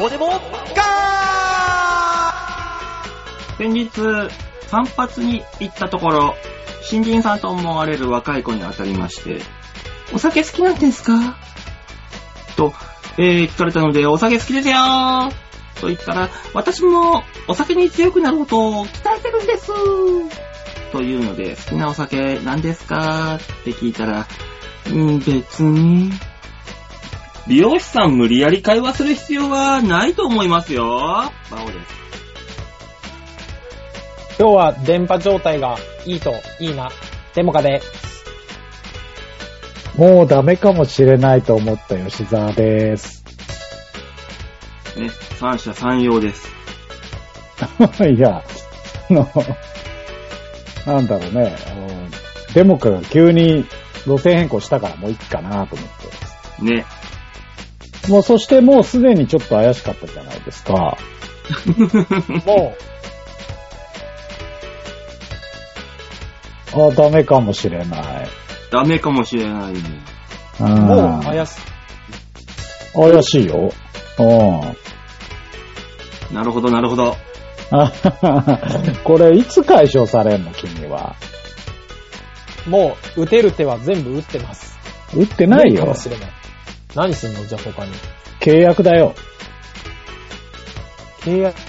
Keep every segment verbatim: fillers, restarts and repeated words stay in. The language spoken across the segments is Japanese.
オデモガー。 先日散髪に行ったところ、新人さんと思われる若い子に当たりまして、お酒好きなんですかと、えー、聞かれたので、お酒好きですよーと言ったら、私もお酒に強くなることを鍛えてるんですというので、好きなお酒何ですかって聞いたら、うん、別に。美容師さん無理やり会話する必要はないと思いますよ。バオです。 今日は電波状態がいいといいな。デモカです。 もうダメかもしれないと思った吉沢です。 ね、三者三様です。 いや、あの、なんだろうね、デモカが急に路線変更したからもういいかなと思って。 ね。 もうそしてもうすでにちょっと怪しかったじゃないですか。 もう。あ、ダメかもしれない。 ダメかもしれないね。 う、もう怪しい。 怪しいよ。うん。 なるほど、なるほど。 これいつ解消されんの君は。 もう、打てる手は全部打ってます。 打ってないよ。 かもしれない。何すんのじゃあ他に。 契約だよ。 契約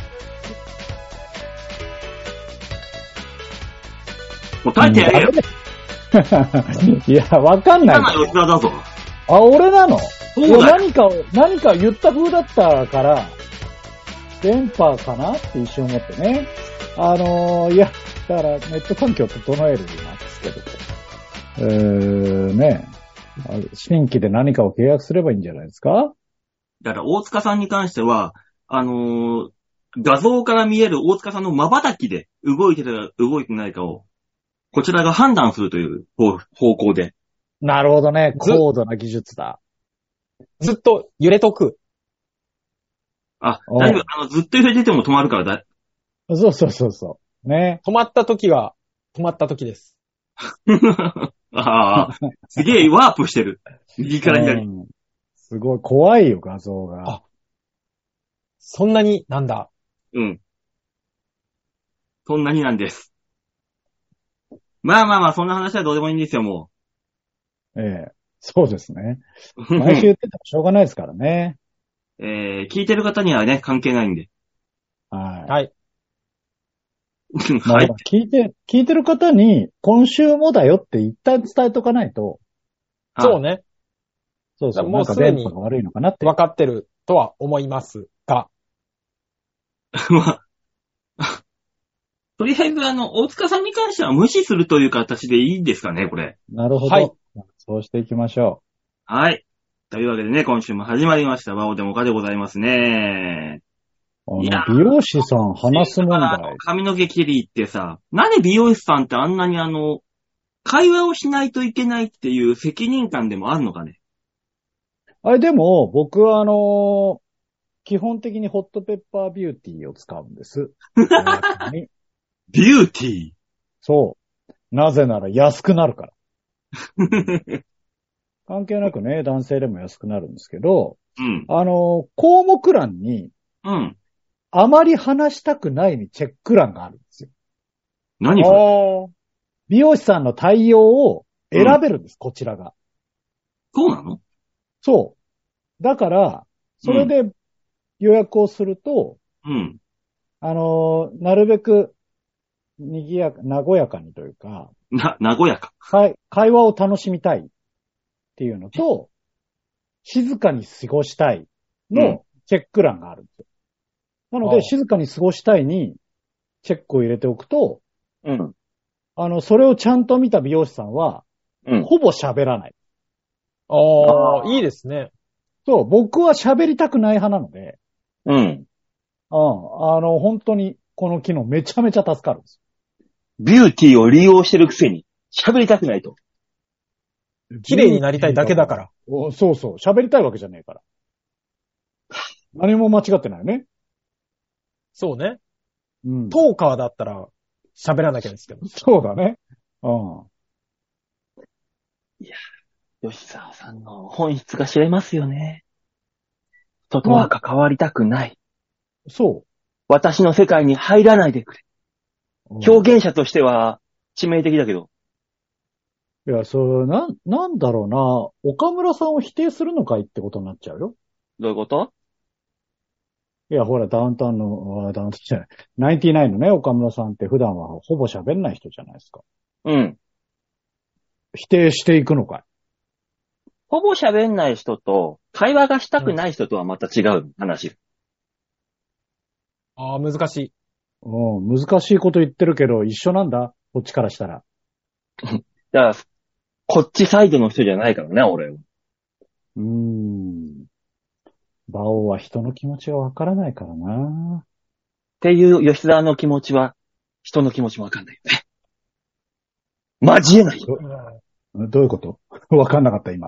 答えてやれよ。 いや、わかんない。 今の吉田だぞ。 あ、俺なの？ そうだよ。 何か、何か言った風だったから、電波かなって一瞬思ってね。あのー、いや、だからネット環境を整えるなんですけど。えー、ね。新規で何かを契約すればいいんじゃないですか？ だから大塚さんに関しては、あのー、画像から見える大塚さんの瞬きで動いてるか動いてないかを、こちらが判断するという方向で。 なるほどね。高度な技術だ。 ずっと揺れとく。 あ、大丈夫。あの、ずっと揺れてても止まるからだ。 そうそうそうそう。ね。 止まった時が、止まった時です。 ああ、すげえワープしてる。右から左。 うん、すごい怖いよ、画像が。 あ、そんなになんだ。 うん。そんなになんです。まあまあまあ、そんな話はどうでもいいんですよ、もう。ええ、そうですね。毎週言っててもしょうがないですからね。 えー、聞いてる方にはね、関係ないんで。 はい。 はい。 はい。 聞いて、聞いてる方に、今週もだよって一旦伝えとかないと。 そうね。 そうそう。 もうすでになんか電波が悪いのかなって。 分かってるとは思いますが。 まあ、とりあえずあの、大塚さんに関しては無視するという形でいいですかね、これ。 なるほど。 はい。 そうしていきましょう。はい。というわけでね、今週も始まりました。バオデモカでございますね。 いや、美容師さん話す問題。 髪の毛切りってさ、なんで美容師さんってあんなにあの、会話をしないといけないっていう責任感でもあるのかね。 あれでも、僕はあのー、基本的にホットペッパービューティーを使うんです。 ビューティー。 そう。なぜなら安くなるから。関係なくね、男性でも安くなるんですけど、 うん、 あのー、項目欄に、 うん。 あまり話したくないにチェック欄があるんですよ。 何それ？ 美容師さんの対応を選べるんです、うん、こちらが。 そうなの？ そう。だから、それで予約をすると、 うん。 あのー、なるべく、にぎやか、和やかにというか、 な、和やか。 会、会話を楽しみたいっていうのと、静かに過ごしたいのチェック欄があるんですよ。なので、静かに過ごしたいにチェックを入れておくと、 うん。 あの、それをちゃんと見た美容師さんは、うん、ほぼ喋らない。 ああ、いいですね。 そう、僕は喋りたくない派なので、 うん。うん。 あの、本当にこの機能めちゃめちゃ助かるんです。 ビューティーを利用してるくせに、喋りたくないと。 綺麗になりたいだけだから。 おそうそう、喋りたいわけじゃねえから。何も間違ってないよね。 そうね。 うん。 トーカーだったら喋らなきゃですけど。 そうだね。うん。 いや、吉沢さんの本質が知れますよね。 人とは関わりたくない。 そ私の世界に入らないでくれ。 う。 表現者としては致命的だけど。 いや、そう、なん、なんだろうな。岡村さんを否定するのかいってことになっちゃうよ。 どういうこと？ いや、ほら、ダウンタウンの、あダウンタウンじゃない。ナインティナインのね、岡村さんって普段はほぼ喋んない人じゃないですか。 うん。 否定していくのかい？ ほぼ喋んない人と、会話がしたくない人とはまた違う話。 ああ、難しい。 うん、難しいこと言ってるけど、一緒なんだ。こっちからしたら。 だから、こっちサイドの人じゃないからね、俺は。 うーん。馬王は人の気持ちがわからないからな。 っていう吉沢の気持ちは、人の気持ちもわかんないよね。交えないよ。 どどういうことわかんなかった、今。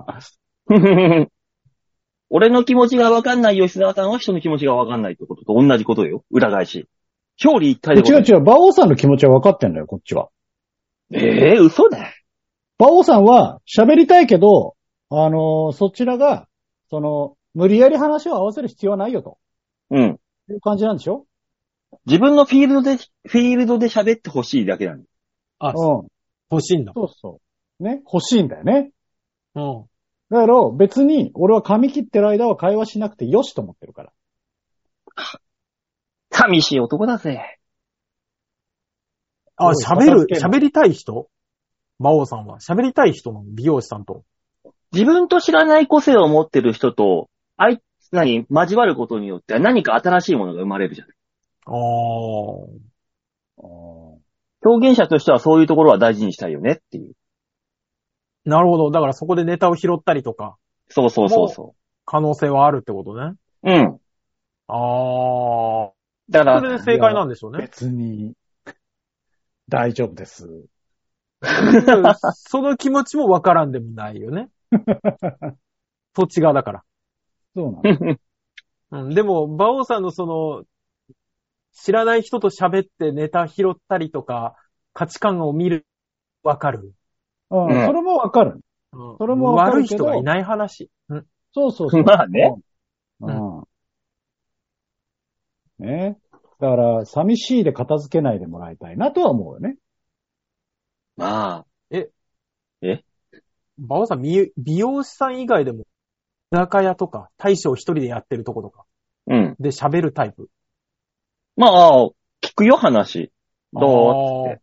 俺の気持ちがわかんない吉沢さんは人の気持ちがわかんないってことと同じことよ。裏返し。表裏一体でございます。 違う違う、馬王さんの気持ちはわかってんだよ、こっちは。 ええー、嘘だよ。 馬王さんは喋りたいけど、あのーそちらが、その、無理やり話を合わせる必要はないよと。 うん。 いう感じなんでしょ？ 自分のフィールドで、フィールドで喋ってほしいだけなの。 あ、 うん。 欲しいんだ。 そうそう。ね、欲しいんだよね。 うん。 だから別に、俺は髪切ってる間は会話しなくてよしと思ってるから。 寂しい男だぜ。 あ、 すごい喋る、 片付けない喋りたい人？馬王さんは。喋りたい人なの？美容師さんと。 自分と知らない個性を持ってる人と、あいつ、何、交わることによって何か新しいものが生まれるじゃない。 ああ。 表現者としてはそういうところは大事にしたいよねっていう。 なるほど。だからそこでネタを拾ったりとか、 そうそうそうそ可能性はあるってことね。 う。うん。 ああ。 だから、 それで正解なんでしょうね。 別に、大丈夫です。 その気持ちもわからんでもないよね。そっち側だから。 そうなんだ。 うん、でも、馬王さんのその、知らない人と喋ってネタ拾ったりとか、価値観を見る、わかる。 うん、 うんそれもわかる。 うん、 それもわか悪いるけど人がいない話。うん、 そうそうそう。 まあね。 うん。ね。だから、寂しいで片付けないでもらいたいなとは思うよね。 まあ。 ええ馬王さん、美美容師さん以外でも、居酒屋とか、大将一人でやってるとことか、 うん。 で喋るタイプ。 まあ、聞くよ、話。どうつって。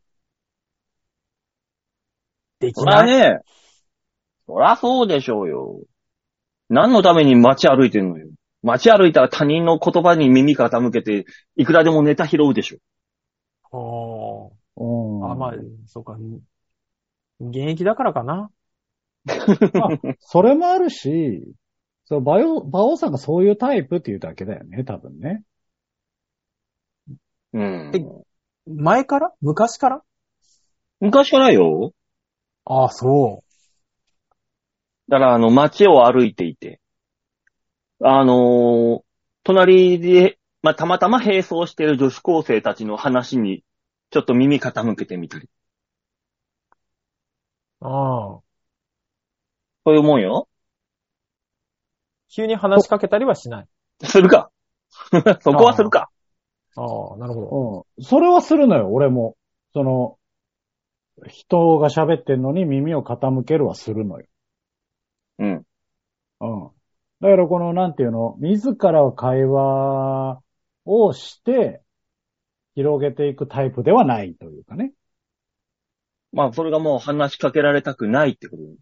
できそらない。 ね、そらそうでしょうよ。何のために街歩いてんのよ。街歩いたら他人の言葉に耳傾けて、いくらでもネタ拾うでしょ。 うん。 あ、まあ、そうか。現役だからかな。 まあ、それもあるし、そう、バオ、バオさんがそういうタイプっていうだけだよね、多分ね。 うん。 前から昔から昔からよ。 ああ、そだから、あの、街を歩いていて、あのー隣で、まあ、たまたま並走している女子高生たちの話に、ちょっと耳傾けてみたり。 う。ああ。 そういうもんよ。 急に話しかけたりはしない。 するか。そこはするか。 ああ、なるほど。 うん。それはするのよ、俺も。その、人が喋ってんのに耳を傾けるはするのよ。 うん。 うん。だからこの、なんていうの、自ら会話をして、広げていくタイプではないというかね。 まあ、それがもう話しかけられたくないってこと。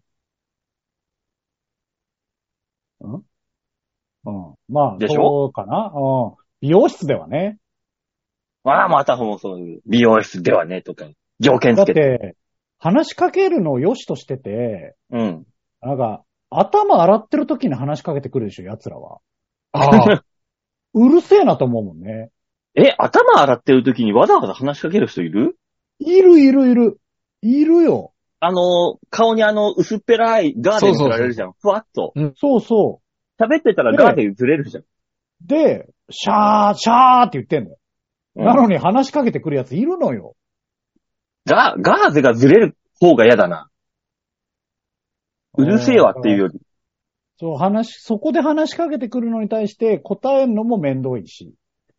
うんうん。まあ、 でしょそうかな。うん。美容室ではね。 まあ、またもうそういう美容室ではね、とか、条件だっつけて。 て、話しかけるのを良しとしてて、 うん。 なんか、頭洗ってる時に話しかけてくるでしょ、奴らは。 ああ。 うるせえなと思うもんね。 え、頭洗ってる時にわざわざ話しかける人いる？ いるいるいる。いるよ。 あの、顔にあの、薄っぺらいガーデン取られるじゃん。ふわっと。 そうそ喋ってたらガーデンずれるじゃん。 う。で、シャー、シャーって言ってんのよ。 うんなのに話しかけてくるやついるのよ。 ガ、ガーゼがずれる方が嫌だな。うるせえわっていうより。 そう、話、そこで話しかけてくるのに対して答えるのも面倒いし。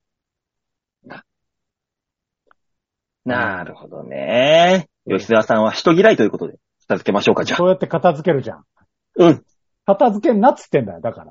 なるほどね。吉沢さんは人嫌いということで、片付けましょうか、じゃあ。 そうやって片付けるじゃん。 うん。 片付けんなっつってんだよ、だから。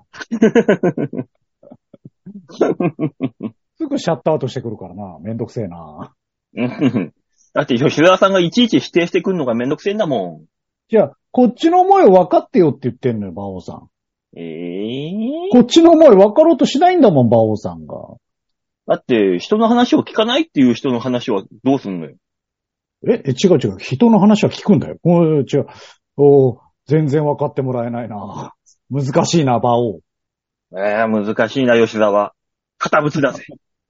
すぐシャットアウトしてくるからな。めんどくせえな。 だって吉沢さんがいちいち否定してくるのがめんどくせえんだもん。 じゃあ、こっちの思いを分かってよって言ってんのよ、馬王さん。 ええー、 こっちの思い分かろうとしないんだもん、馬王さんが。 だって、人の話を聞かないっていう人の話はどうすんのよ。 え、え違う違う。人の話は聞くんだよ。おい違う。お全然分かってもらえないな。難しいな、馬王。 ええー、難しいな、吉沢。堅物だぜ。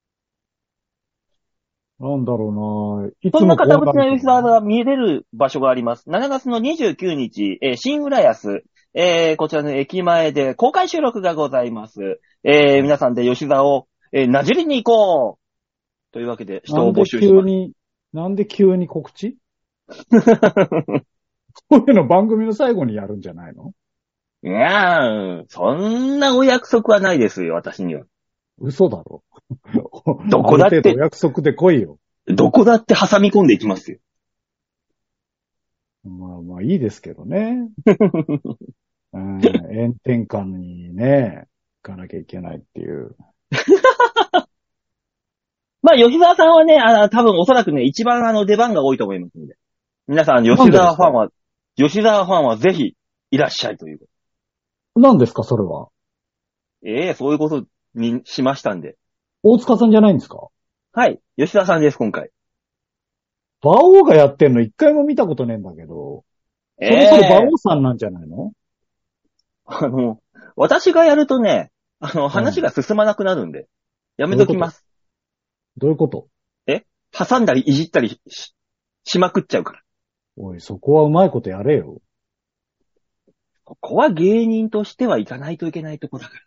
なんだろうな。いつもそんな堅物な吉沢が見れる場所があります。しちがつのにじゅうくにち、えー、新浦安、えー、こちらの駅前で公開収録がございます。えー、皆さんで吉沢を、えー、なじりに行こうというわけで、人を募集します。 なんで急に、なんで急に告知そういうの番組の最後にやるんじゃないの？ いやー、そんなお約束はないですよ、私には。 嘘だろ。 どこだって。 ある程度お約束で来いよ。 どこだって挟み込んでいきますよ。 まあまあいいですけどね。うん、炎天下にね、行かなきゃいけないっていう。 まあ吉沢さんはね、あ多分おそらくね、一番あの出番が多いと思いますので。皆さん、吉沢ファンは、吉沢ファンはぜひいらっしゃいということ。 何ですか、それは。 ええー、そういうことにしましたんで。 大塚さんじゃないんですか？ はい。吉沢さんです、今回。 馬王がやってんの一回も見たことねえんだけど。そろそろ馬王さんなんじゃないの？ えー、あの、私がやるとね、あの、話が進まなくなるんで、うん、やめときます。 どういうこと？ え挟んだりいじったり し, しまくっちゃうから。 おい、そこはうまいことやれよ。 ここは芸人としてはいかないといけないとこだから。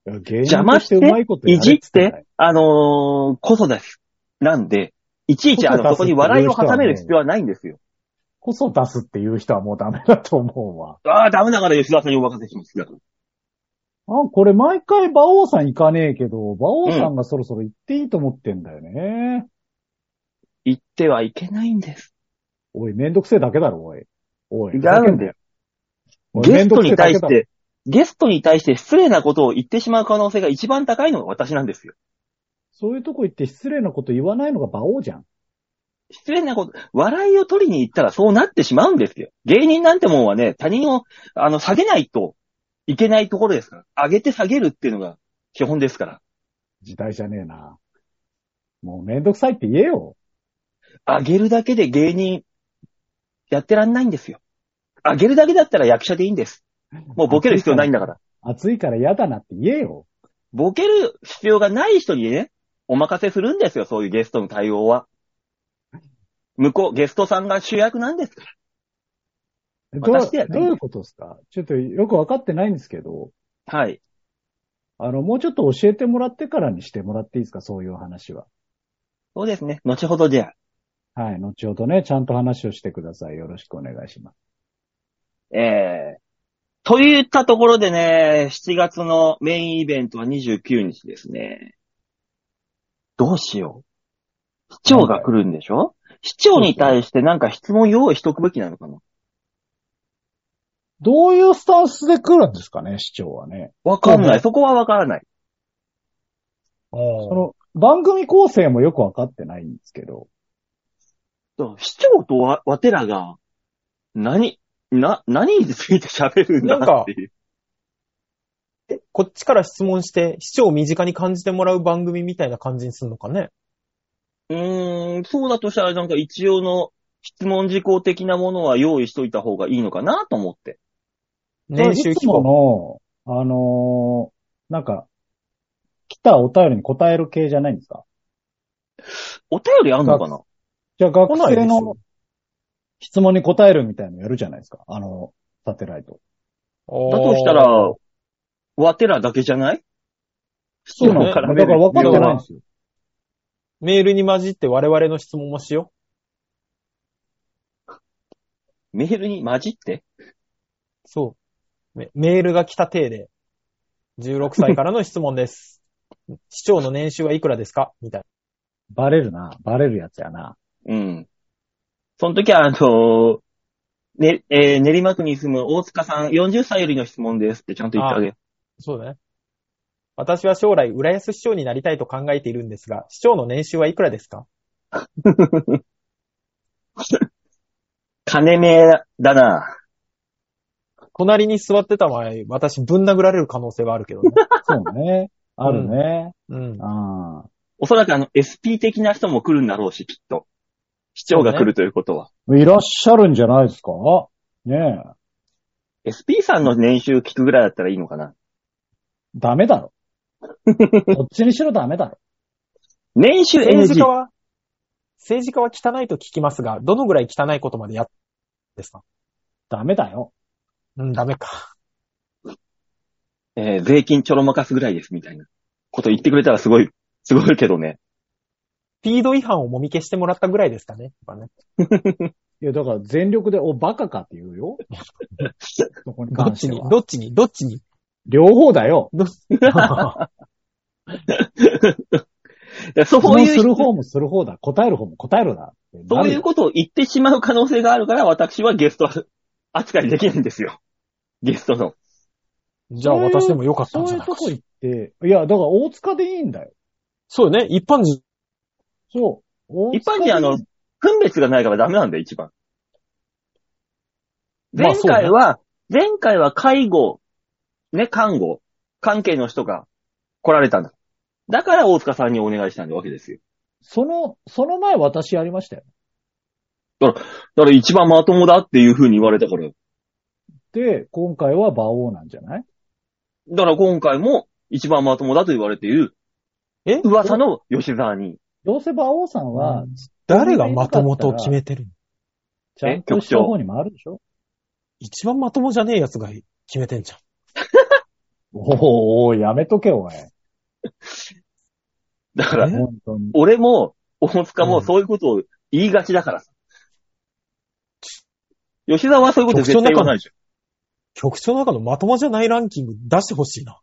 いや芸人としてうまいことやれっつって、 いじって、あのー、こそです。なんで、いちいちあの、そこに笑いを挟める必要はないんですよ。 こそ出すっていう人はもうダメだと思うわ。 ああ、ダメだから吉田さんにお任せします。 あ、これ毎回馬王さん行かねえけど、馬王さんがそろそろ行っていいと思ってんだよね。うん、 行ってはいけないんです。 おい、めんどくせえだけだろ、おい。おい。 違うんだよ。ゲストに対して、ゲストに対して失礼なことを言ってしまう可能性が一番高いのが私なんですよ。 そういうとこ行って失礼なこと言わないのが馬王じゃん。 失礼なこと、笑いを取りに行ったらそうなってしまうんですよ。芸人なんてもんはね、他人を、あの、下げないといけないところですから。上げて下げるっていうのが基本ですから。 時代じゃねえな。もうめんどくさいって言えよ。 上げるだけで芸人やってらんないんですよ。上げるだけだったら役者でいいんです。もうボケる必要ないんだから。 暑いから嫌だなって言えよ。 ボケる必要がない人にね、お任せするんですよ、そういうゲストの対応は。向こう、ゲストさんが主役なんですから。 どう、どういうことですか？ちょっとよくわかってないんですけど。 はい。 あの、もうちょっと教えてもらってからにしてもらっていいですか？そういう話は。 そうですね。後ほどじゃあ。はい。後ほどね、ちゃんと話をしてください。よろしくお願いします。 ええー。といったところでね、しちがつのメインイベントはにじゅうくにちですね。どうしよう。市長が来るんでしょ？市長に対してなんか質問用意しとくべきなのかな？ どういうスタンスで来るんですかね、市長はね。 わかんない。そこはわからない。 その、番組構成もよくわかってないんですけど。 市長とわ、わてらが、何、な、何について喋るんだっていう。 え、こっちから質問して、市長を身近に感じてもらう番組みたいな感じにするのかね。 うーん、そうだとしたらなんか一応の質問事項的なものは用意しといた方がいいのかなと思って。 練習機構の、あのー、なんか、来たお便りに答える系じゃないんですか？ お便りあんのかな？ じゃあ学生の質問に答えるみたいなのやるじゃないですか。あの、サテライト。 だとしたら、わてらだけじゃない？ そうなのかな。だから分かってないんですよ。 メールに混じって我々の質問もしよう。 メールに混じって？ そう。 メメールが来た体で、じゅうろくさいからの質問です。市長の年収はいくらですかみたいな。 バレるな。バレるやつやな。 うん。その時は、あの、ね、えー、練馬区に住む大塚さん、よんじゅっさいよりの質問ですってちゃんと言ってあげる。 そうだね。私は将来、浦安市長になりたいと考えているんですが、市長の年収はいくらですか？ 金目だな。 隣に座ってた場合、私ぶん殴られる可能性はあるけどね。 そうね。あるね。 うん。 ああ。 おそらくあの エスピー 的な人も来るんだろうし、きっと。市長が来るということは。 いらっしゃるんじゃないですか？ねえ。 エスピー さんの年収聞くぐらいだったらいいのかな。 ダメだろ。どっちにしろダメだろ。 年収 エヌジー。 政治家は、政治家は汚いと聞きますが、どのぐらい汚いことまでやっですか？ ダメだよ。 うん、ダメか。 えー、税金ちょろまかすぐらいですみたいなこと言ってくれたらすごい、すごいけどね。 スピード違反をもみ消してもらったぐらいですかね。やっぱねいや、だから全力で、お、バカかって言うよ。そこにどっ関してはちにどっちにどっちに両方だよ。 どそういう、 する方もする方だ。答える方も答えるだ。 そういうことを言ってしまう可能性があるから、私はゲスト扱いできないんですよ。ゲストの。 じゃあ私でもよかったんじゃないかしら。 そういうとこ行って、いや、だから大塚でいいんだよ。 そうよね。一般人。 そう。 一般人あの、分別がないからダメなんだよ、一番。前回は、まあね、前回は介護、ね、看護、関係の人が来られたんだ。だから大塚さんにお願いしたんだわけですよ。 その、その前私やりましたよ。 だから、だから一番まともだっていう風に言われたから。 で、今回は馬王なんじゃない？ だから今回も一番まともだと言われている、え噂の吉沢に。 どうせ馬王さんは、 誰がまともと決めてるの？ ちゃんとした方にもあるでしょ？ 一番まともじゃねえやつが決めてんじゃん。 おーおー、やめとけ、おい。 だから、俺も、大塚もそういうことを言いがちだからさ。うん、吉沢はそういうこと絶対言わないじゃん。 局長の中のまともじゃないランキング出してほしいな。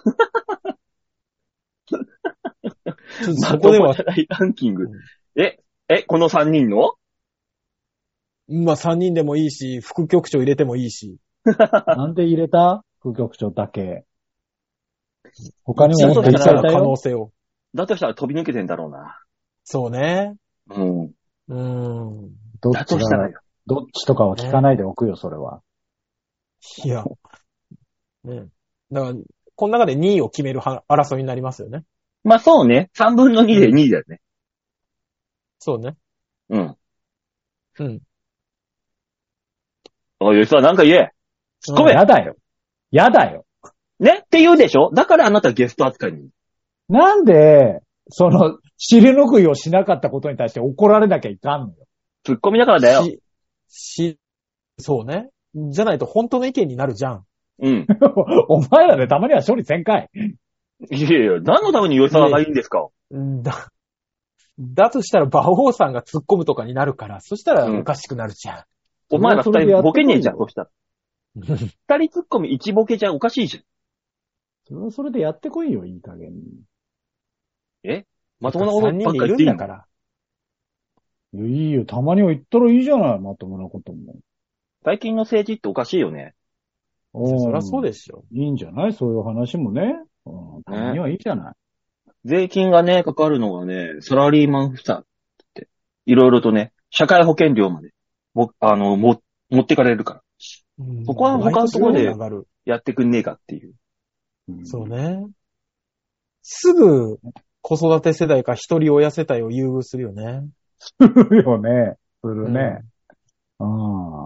まともじゃないランキング。うん、え、え、このさんにんの？ まあさんにんでもいいし、副局長入れてもいいし。 なんで入れた？副局長だけ。他にも出ちゃう可能性を。 だとしたら飛び抜けてんだろうな。 そうね。 うん。 うん。 どっちとしたらよ。どっちとかは聞かないでおくよ、それは。 いや。ね。だから、この中でにいを決める争いになりますよね。 まあそうね。さんぶんのにでにいだよね。 そうね。 うん。 うん。 おい、吉沢なんか言え。突っ込め。 やだよ。やだよ。 ねって言うでしょ？だからあなたゲスト扱いに。 なんで、その、尻拭いをしなかったことに対して怒られなきゃいかんのよ。 突っ込みだからだよ。 し、し、そうね。じゃないと本当の意見になるじゃん。 うん。 お前らでたまには処理せんかい。 いやいや、何のために吉沢がいいんですか？ だ、だとしたら馬王さんが突っ込むとかになるから、そしたらおかしくなるじゃん。うん、 お前ら二人ボケねえじゃん、そうしたら。二人突っ込み一ボケじゃおかしいじゃん。 それはそれでやってこいよ、いい加減に。 えまともなことばっかり言っていいんだから。 いや、いいよ。たまには言ったらいいじゃない、まともなことも。 最近の政治っておかしいよね。 そりゃそうでしょ。 いいんじゃない？そういう話もね。うん、たまにはいいじゃない、ね。 税金がね、かかるのがね、サラリーマン負担って、いろいろとね、社会保険料まで、も、あの、も、持ってかれるから。うん、そこは他のところでやってくんねえかっていう。 うん、そうね。すぐ、子育て世代か一人親世帯を優遇するよね。 するよね。するね。うん。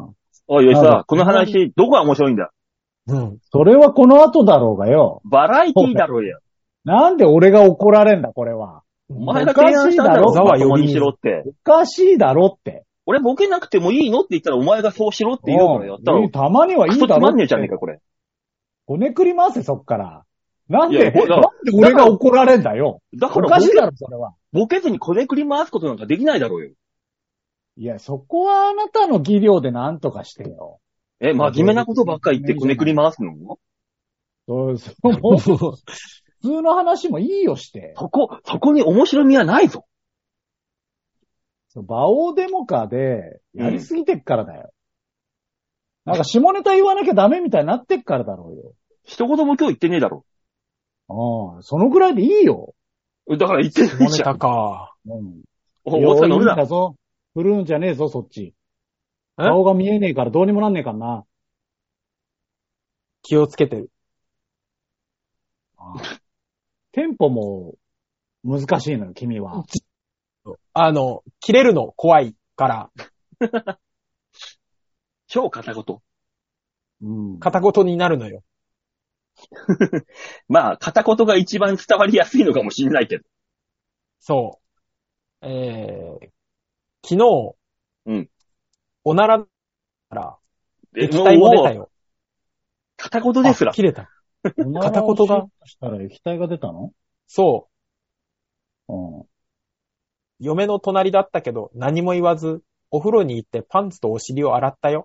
あおい、よしさ、この話、どこが面白いんだ？ うん。それはこの後だろうがよ。 バラエティだろうよ。 なんで俺が怒られんだ、これは。 お前が提案したんだろ、まともにしろって。 おかしいだろって。 俺ボケなくてもいいのって言ったらお前がそうしろって言うからやったら。 たまにはいいだろって。 つまんねえじゃねえか、これ。 こねくり回せ、そっから。なんで、なんで俺が怒られんだよ。 だから、 おかしいだろ、それは。 ボケずにこねくり回すことなんかできないだろうよ。 いや、そこはあなたの技量でなんとかしてよ。 え、真面目なことばっかり言ってこねくり回すの？ そうそう。もう普通の話もいいよして。 そこ、そこに面白みはないぞ。 馬王デモカでやりすぎてっからだよ。うん、なんか下ネタ言わなきゃダメみたいになってっからだろうよ。 一言も今日言ってねえだろ。 ああ、そのぐらいでいいよ。 だから言ってないじゃん。 下ネタか。 うん。 お、大塚乗るな。 だぞ。振るんじゃねえぞ、そっち。顔が見えねえからどうにもなんねえからな。 気をつけてる。 ああテンポも難しいのよ、君は。 あの、切れるの怖いから。 超片言。 うん。 片言になるのよ。 まあ、片言が一番伝わりやすいのかもしれないけど。 そう。えー、昨日、 うん。 おならから液体も出たよ。 片言ですら。 切れた。片言が。 したら液体が出たの？ そう。 うん。 嫁の隣だったけど何も言わず、お風呂に行ってパンツとお尻を洗ったよ。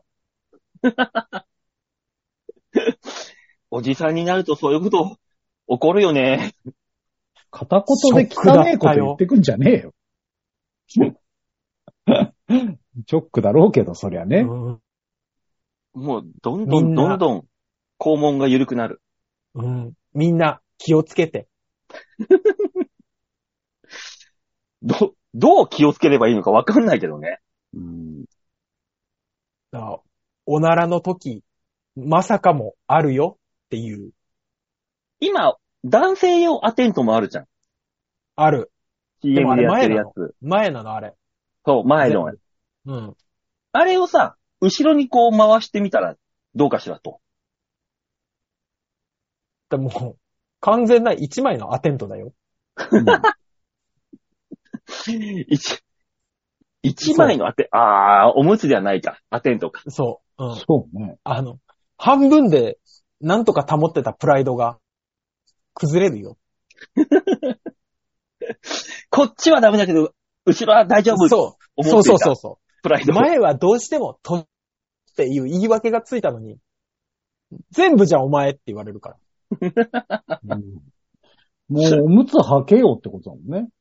おじさんになるとそういうこと起こるよね。 片言で汚ねえこと言ってくんじゃねえよ。ショックだろうけど、そりゃね。 うん、 もう、どんどんどんどん肛門が緩くなる。 うん。みんな気をつけて。 ど、どう気をつければいいのかわかんないけどね。 うん、 だおならの時、まさかもあるよっていう。 今、男性用アテントもあるじゃん。 ある。 シーエム でやってるやつ。 前なの、あれ。 そう、前の。 うん。 あれをさ、後ろにこう回してみたらどうかしらと。 でも、完全な一枚のアテントだよ。 うん、一、一枚のアテント、あー、おむつではないか。アテントか。 そう。うん。 そうね。 あの、半分でなんとか保ってたプライドが崩れるよ。 こっちはダメだけど、後ろは大丈夫。 そう。そうそうそうそう。 プライド。 前はどうしてもとっていう言い訳がついたのに、全部じゃお前って言われるから。 うん、もうおむつ履けよってことだもんね。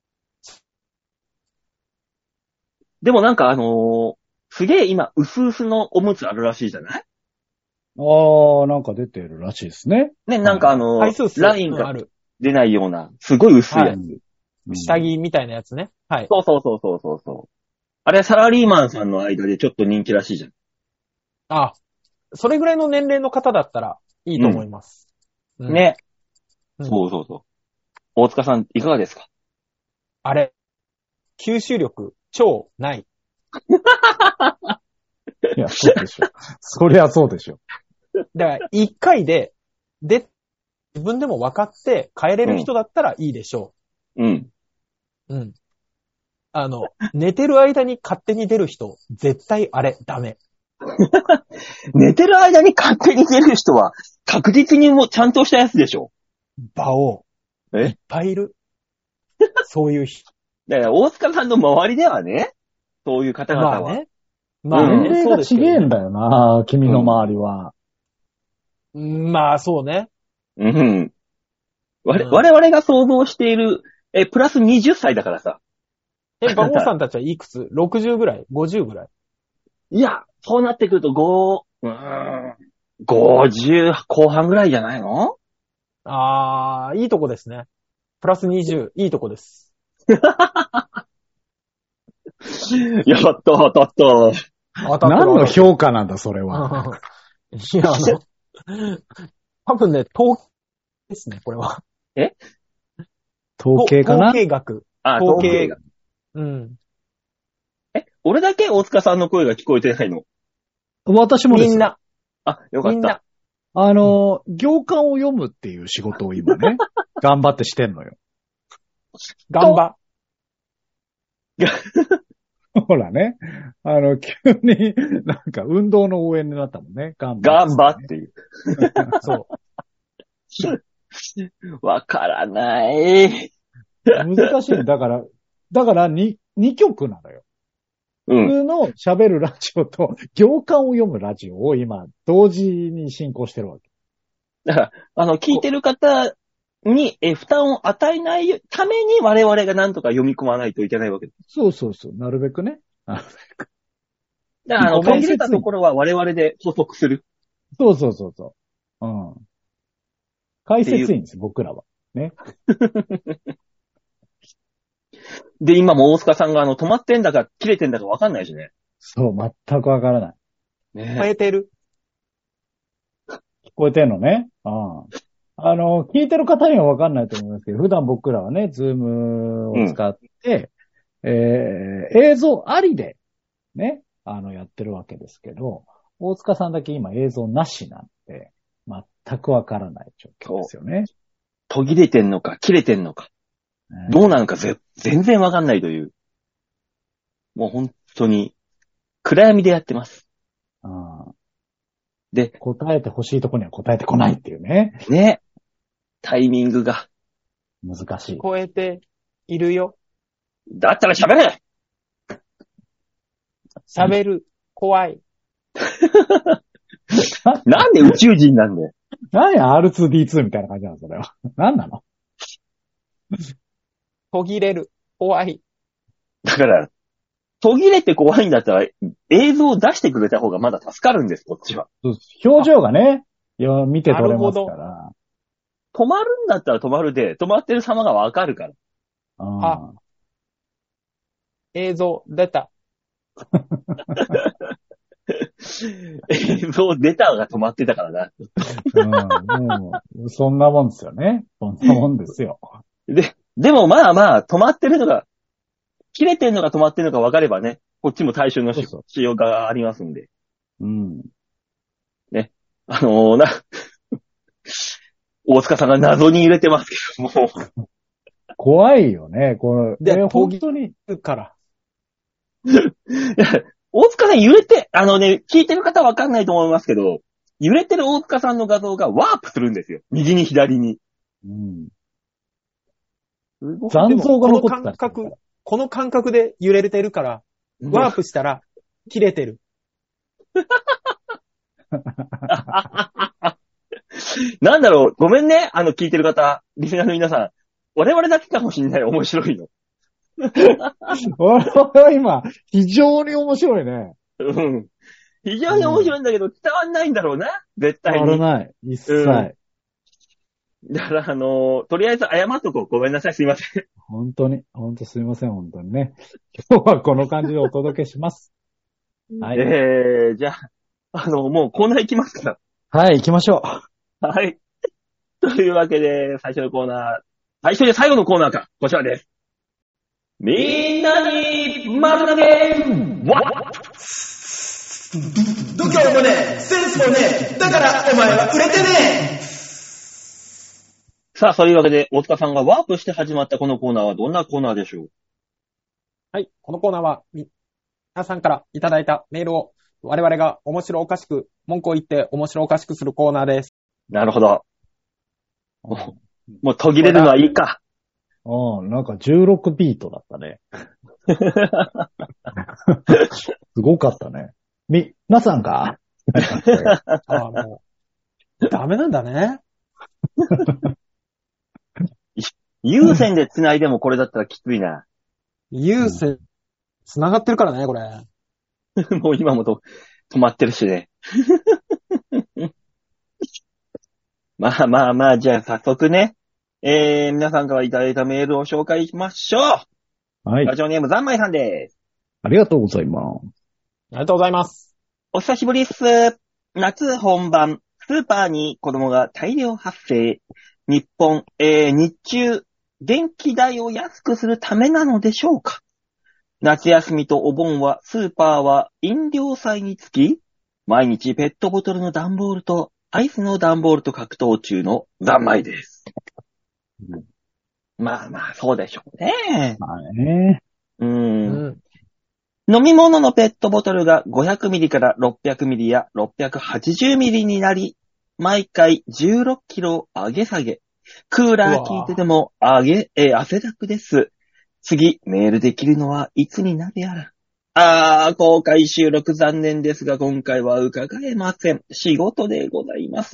でもなんかあのー、すげえ今、薄々のおむつあるらしいじゃない？ ああ、なんか出てるらしいですね。 ね、なんかあのー、 はい、 ラインが出ないような、すごい薄いやつ。はいうん、下着みたいなやつね。はい。 そうそうそうそうそうそう。あれサラリーマンさんの間でちょっと人気らしいじゃん。 あ、それぐらいの年齢の方だったらいいと思います。 うんうん、ね、うん。そうそうそう。大塚さん、いかがですか？ あれ、吸収力、超ない。 いや、そうでしょ。そりゃそうでしょ。 だから、一回で、で、自分でも分かって帰れる人だったらいいでしょう。うん。 うん。あの、寝てる間に勝手に出る人、絶対あれ、ダメ。 寝てる間に勝手に出る人は、確実にもうちゃんとしたやつでしょ。 馬王。 え？ いっぱいいる。そういう人。 だから、大塚さんの周りではね、そういう方々は。 まあね。まあね。 年齢が違えんだよな、君の周りは。 うん、まあ、そうね。 うん。我々、我々が想像している、え、プラスにじゅっさいだからさ。 え、馬王さんたちはいくつ ?ろくじゅう ぐらい ?ごじゅう ぐらいいや、そうなってくるとご、うーん、ごじゅう後半ぐらいじゃないの？ あー、いいとこですね。プラスにじゅう、いいとこです。 やった、当たった。 何の評価なんだ、それは。 いや、あの、多分ね、統計ですね、これは。 え？ 統計かな？ 統計学。 あ、統計学。 うん。 え、俺だけ大塚さんの声が聞こえてないの？ 私もです。 みんな。 あ、よかった。みんな。 あの、行間を読むっていう仕事を今ね、頑張ってしてんのよ。 頑張。 ほらね。あの、急になんか運動の応援になったもんね。 頑張って、ね。頑張っていう。 そう。 わからない。 難しい。だから、だからに、にきょくなのよ。 うん。 普通の喋るラジオと行間を読むラジオを今、同時に進行してるわけ。 だから、あの、聞いてる方にえ負担を与えないために我々が何とか読み込まないといけないわけです。 そうそうそう。なるべくね。なるべく。 だから、あの、 ごめん途切れたところは我々で補足する。 そうそうそうそう。うん。解説員です、僕らは。ね。 で、今も大塚さんがあの、止まってんだか切れてんだかわかんないしね。 そう、全くわからない。 ね変えてる。 聞こえてんのね。うん。あの、聞いてる方にはわかんないと思いますけど、普段僕らはね、ズームを使って、うん、えー、映像ありで、ね、あの、やってるわけですけど、大塚さんだけ今映像なしなんで、全くわからない状況ですよね。 途切れてんのか、切れてんのか、ね、どうなのかぜ全然わかんないという。もう本当に、暗闇でやってます。 あで、 答えてほしいところには答えてこないっていうね。 ね。タイミングが。 難しい。 超えているよ。 だったら喋れ喋る。怖い。 なんで宇宙人なんだよ。 何や アールツーディーツー みたいな感じなのそれは。何なの途切れる。怖い。 だから、途切れて怖いんだったら映像を出してくれた方がまだ助かるんです、こっちは。 表情がね、いや見て取れますから。 止まるんだったら止まるで、止まってる様がわかるから。 ああ。映像出た。 映像出たが止まってたからな。 うん、もうそんなもんですよね。そんなもんですよ。 で、でもまあまあ、止まってるのが、切れてるのか止まってるのか分かればね、こっちも対処のしそうそうしようがありますんで。 うん。 ね。あのー、な、大塚さんが謎に揺れてますけども。 怖いよね、これ。 で、 え本当に。 から。 大塚さん揺れて、あのね、聞いてる方は分かんないと思いますけど、揺れてる大塚さんの画像がワープするんですよ。右に左に。 うん。 残像が残ってた。 この感覚、この感覚で揺れてるから、ワープしたら切れてる。 なんだろう、ごめんね、あの聞いてる方、リスナーの皆さん。我々だけかもしんない、面白いの。 我々は今、非常に面白いね。 うん。非常に面白いんだけど、伝わんないんだろうな、絶対に。 伝わらない、一切。うん、 だから、あのー、とりあえず謝っとこう。ごめんなさい、すいません。 本当に、本当すいません、本当にね。今日はこの感じでお届けします。 はい。えー、じゃあ、あの、もうコーナー行きますから。 はい、行きましょう。はい。というわけで、最初のコーナー、最初で最後のコーナーか、こちらです。みんなに、丸投げわ度胸もねえ、センスもねえ、だからお前は売れてねえ。 さあ、そういうわけで、大塚さんがワープして始まったこのコーナーはどんなコーナーでしょう？ はい、このコーナーは、皆さんからいただいたメールを我々が面白おかしく、文句を言って面白おかしくするコーナーです。 なるほど。もう途切れるのはいいか。 ああ、なんかじゅうろくビートだったね。すごかったね。み、なさんかああ、もう、ダメなんだね。 有線で繋いでもこれだったらきついな。 有線、繋がってるからね、これ。 もう今もと止まってるしね。まあまあまあ、じゃあ早速ね、えー、皆さんからいただいたメールを紹介しましょう。 はい。 ラジオネームざんまいさんです。 ありがとうございます。 ありがとうございます。 お久しぶりっす。夏本番、スーパーに子供が大量発生。日本、えー、日中、電気代を安くするためなのでしょうか。夏休みとお盆はスーパーは飲料祭につき、毎日ペットボトルの段ボールとアイスの段ボールと格闘中のざんまいです。うん、まあまあ、そうでしょうね。 まあね。 うーん。うん飲み物のペットボトルが ごひゃくミリ から ろっぴゃくミリ や ろっぴゃくはちじゅうミリ になり、毎回じゅうろっキロ上げ下げ。クーラー効いてでも上げ、えー、汗だくです。次、メールできるのはいつになるやら。 あー、公開収録残念ですが、今回は伺えません。仕事でございます。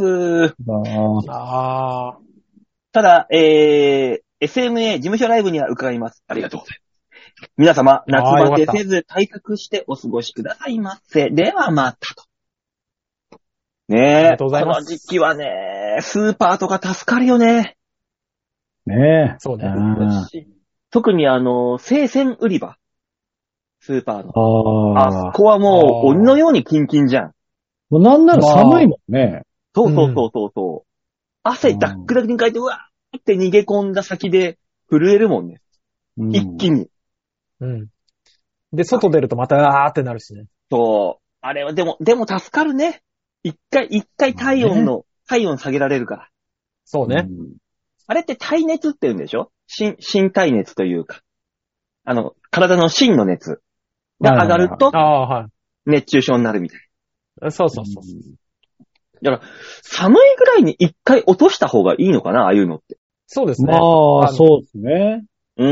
ああ。 ああ。 ただ、えー、エスエムエー 事務所ライブには伺います。ありがとうございます。皆様、夏バテせず対策してお過ごしくださいませ。ではまたと。ねえ、この時期はね、スーパーとか助かるよね。 ねえ。 そうね。 特にあの、生鮮売り場。スーパーの。 ああそこはもう鬼のようにキンキンじゃん。 もうなんなら寒いもんね。 そうそうそうそうそう。汗ダックダックにかいて、うわーって逃げ込んだ先で震えるもんね。うん、一気に。 うん。で、外出るとまたあーってなるしね。 そう。あれはでも、でも助かるね。一回、一回体温の、ね、体温下げられるから。 そうね。 うん、あれって体熱って言うんでしょ？新、新体熱というか。あの、体の芯の熱が上がると、熱中症になるみたいな。そうそうそう。 だから、寒いぐらいに一回落とした方がいいのかな、ああいうのって。 そうですね。 まあ、そうですね。 うん。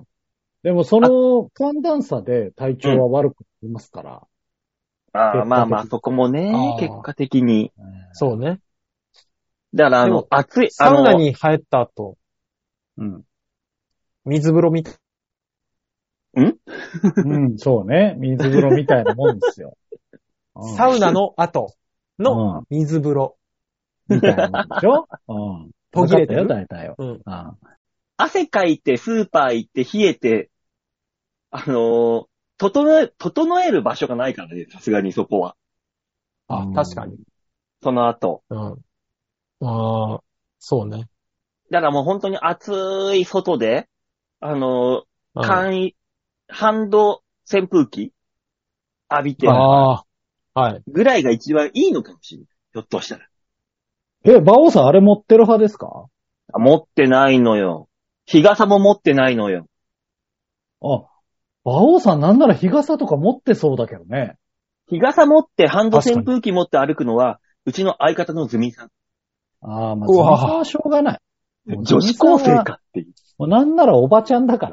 でもその寒暖差で体調は悪くなりますから。 うん、ああ、まあまあ、そこもね、結果的に。 そうね。 だから、あの、暑い、 サウナに入った後、 うん。 水風呂みたい。 んうん、そうね。水風呂みたいなもんですよ。 サウナの後の水風呂。 みたいなもんでしょうん。 途切れてるよ、大体よ。 うん。 汗かいて、スーパー行って、冷えて、あのー、整え、整える場所がないからね、さすがにそこは。 あ、確かに。 その後。 うん。ああ、そうね。 だからもう本当に暑い外で、あのー、簡易、ハンド扇風機浴びてる。 ああ。はい。 ぐらいが一番いいのかもしれない。ひょっとしたら。 え、馬王さんあれ持ってる派ですか？ 持ってないのよ。日傘も持ってないのよ。 あ、馬王さんなんなら日傘とか持ってそうだけどね。 日傘持ってハンド扇風機持って歩くのは、うちの相方のズミさん。 ああ、まあ、ズミさんはしょうがない。 女子高生かっていう。 もうなんならおばちゃんだから。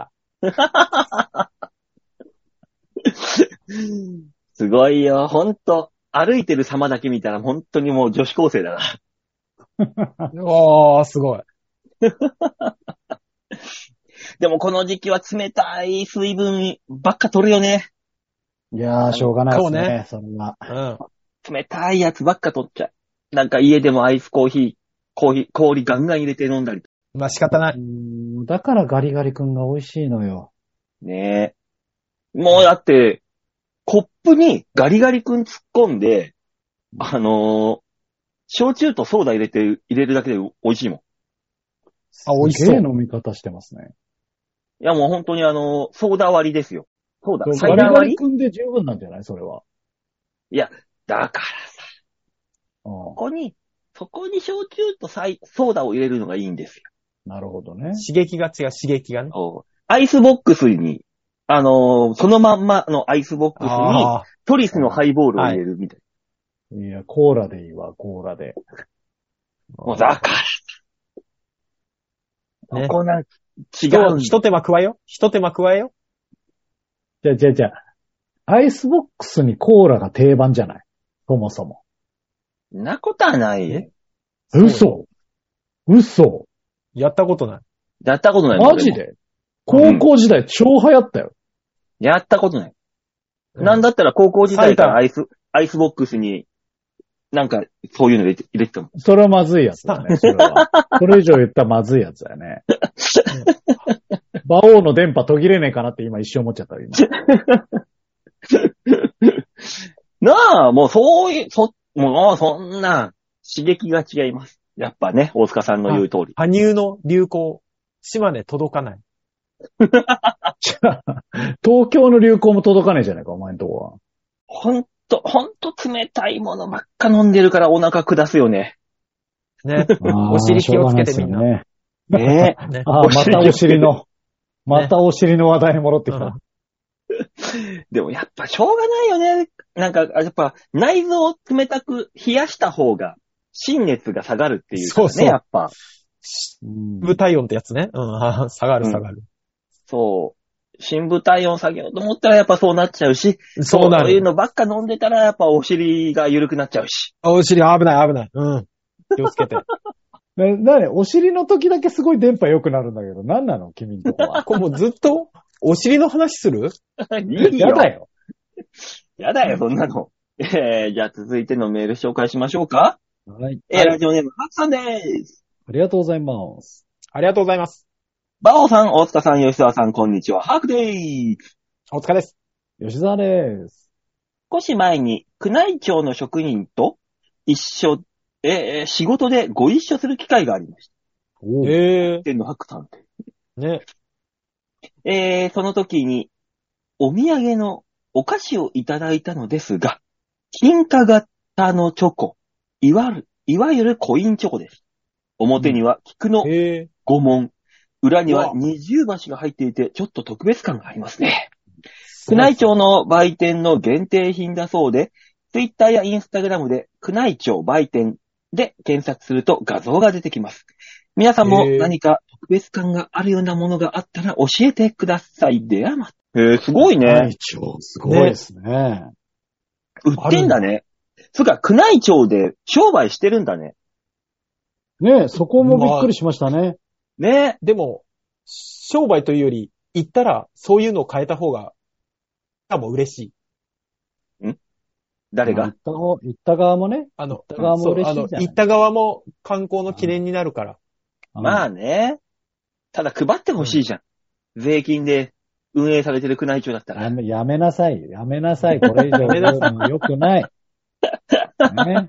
すごいよ、ほんと。歩いてる様だけ見たら本当にもう女子高生だな。 ああ、すごい。 でもこの時期は冷たい水分ばっか取るよね。 いやー、しょうがないですね、 ねそれは。 うん。 冷たいやつばっか取っちゃう。なんか家でもアイスコーヒー、コーヒー、氷ガンガン入れて飲んだり。 まあ仕方ない。 だからガリガリ君が美味しいのよ。 ねえ。もうだって、コップにガリガリ君突っ込んで、あのー、焼酎とソーダ入れて、入れるだけで美味しいもん。 あ、美味しそう。すげえ飲み方してますね。 いやもう本当にあのー、ソーダ割りですよ。そうだ、 サイダー割り。ガリガリ君で十分なんじゃないそれは。 いや、だからさ。そこに、そこに焼酎とサイソーダを入れるのがいいんですよ。 なるほどね。 刺激が違う、刺激がね。 アイスボックスに、あのー、そのまんまのアイスボックスに、トリスのハイボールを入れるみたいな。はい、いや、コーラでいいわ、コーラで。 もうだから。ね、ここな、違う。 一手間加えよ。一手間加えよ。 じゃあ、じゃあ、じゃあ、アイスボックスにコーラが定番じゃないそもそも。 なことはないよ。 嘘嘘やったことない。 やったことない。 マジで高校時代超流行ったよ。 やったことない。うん、なんだったら高校時代からアイス、アイスボックスに、なんか、そういうの入れて、入れてたもん。 それはまずいやつだね、それは。それ以上言ったらまずいやつだよね。馬王の電波途切れねえかなって今一瞬思っちゃったよ、今。 なあ、もうそういう、そ、もうそんな刺激が違います。やっぱね、大塚さんの言う通り。 羽生の流行、島根届かない。 東京の流行も届かねえじゃないか、お前のとこは。 ほんと、ほんと冷たいものばっか飲んでるからお腹下すよね。 ね。お尻気をつけてみんな。 ねねねあまたお尻の、またお尻の話題に戻ってきた。 でもやっぱしょうがないよね。なんか、やっぱ内臓を冷たく冷やした方が、心熱が下がるっていうからね、そうそうやっぱ。 部体温ってやつね。うん、下がる下がる、うん。 そう。 深部体温下げようと思ったらやっぱそうなっちゃうし、 そうなる。 そういうのばっか飲んでたらやっぱお尻が緩くなっちゃうし。 お尻危ない危ない。うん。気をつけて。 ね、なに、お尻の時だけすごい電波良くなるんだけど、何なの君んとこは。 これもうずっとお尻の話する？ いいよ。 やだよ。 やだよ、そんなの。えー、じゃあ続いてのメール紹介しましょうか。 はい。 えー、ラジオネーム、ハクさんでーす。 ありがとうございます。 ありがとうございます。 バオさん、大塚さん、吉沢さん、こんにちは。ハクでーす。 お疲れです。 吉沢です。 少し前に、宮内庁の職員と一緒、えー、仕事でご一緒する機会がありました。 おーへ天のハクさんって。 え。ね。 えー、その時に、お土産のお菓子をいただいたのですが、金貨型のチョコ、いわゆる、いわゆるコインチョコです。表には菊のへえ。 御紋、裏にはうわ二重橋が入っていて、ちょっと特別感がありますね。宮内庁の売店の限定品だそうで、ツイッターやインスタグラムで宮内庁売店で検索すると画像が出てきます。皆さんもへー何か特別感があるようなものがあったら教えてください。ではまた。へー、すごいね。 宮内庁、すごいですね。 売ってんだね。そっか、宮内庁で商売してるんだね。 ねえ、そこもびっくりしましたね。 ね。 でも、商売というより、行ったらそういうのを変えた方が、多分嬉しい。 誰が行った方、行った側もね。 あの、 行った側もそう嬉しいじゃないあの、行った側も観光の記念になるから。 まあね。ただ配ってほしいじゃん。税金で運営されてる宮内庁だったら。 やめ、やめなさい。やめなさい。これ以上言うのは良くない。ね。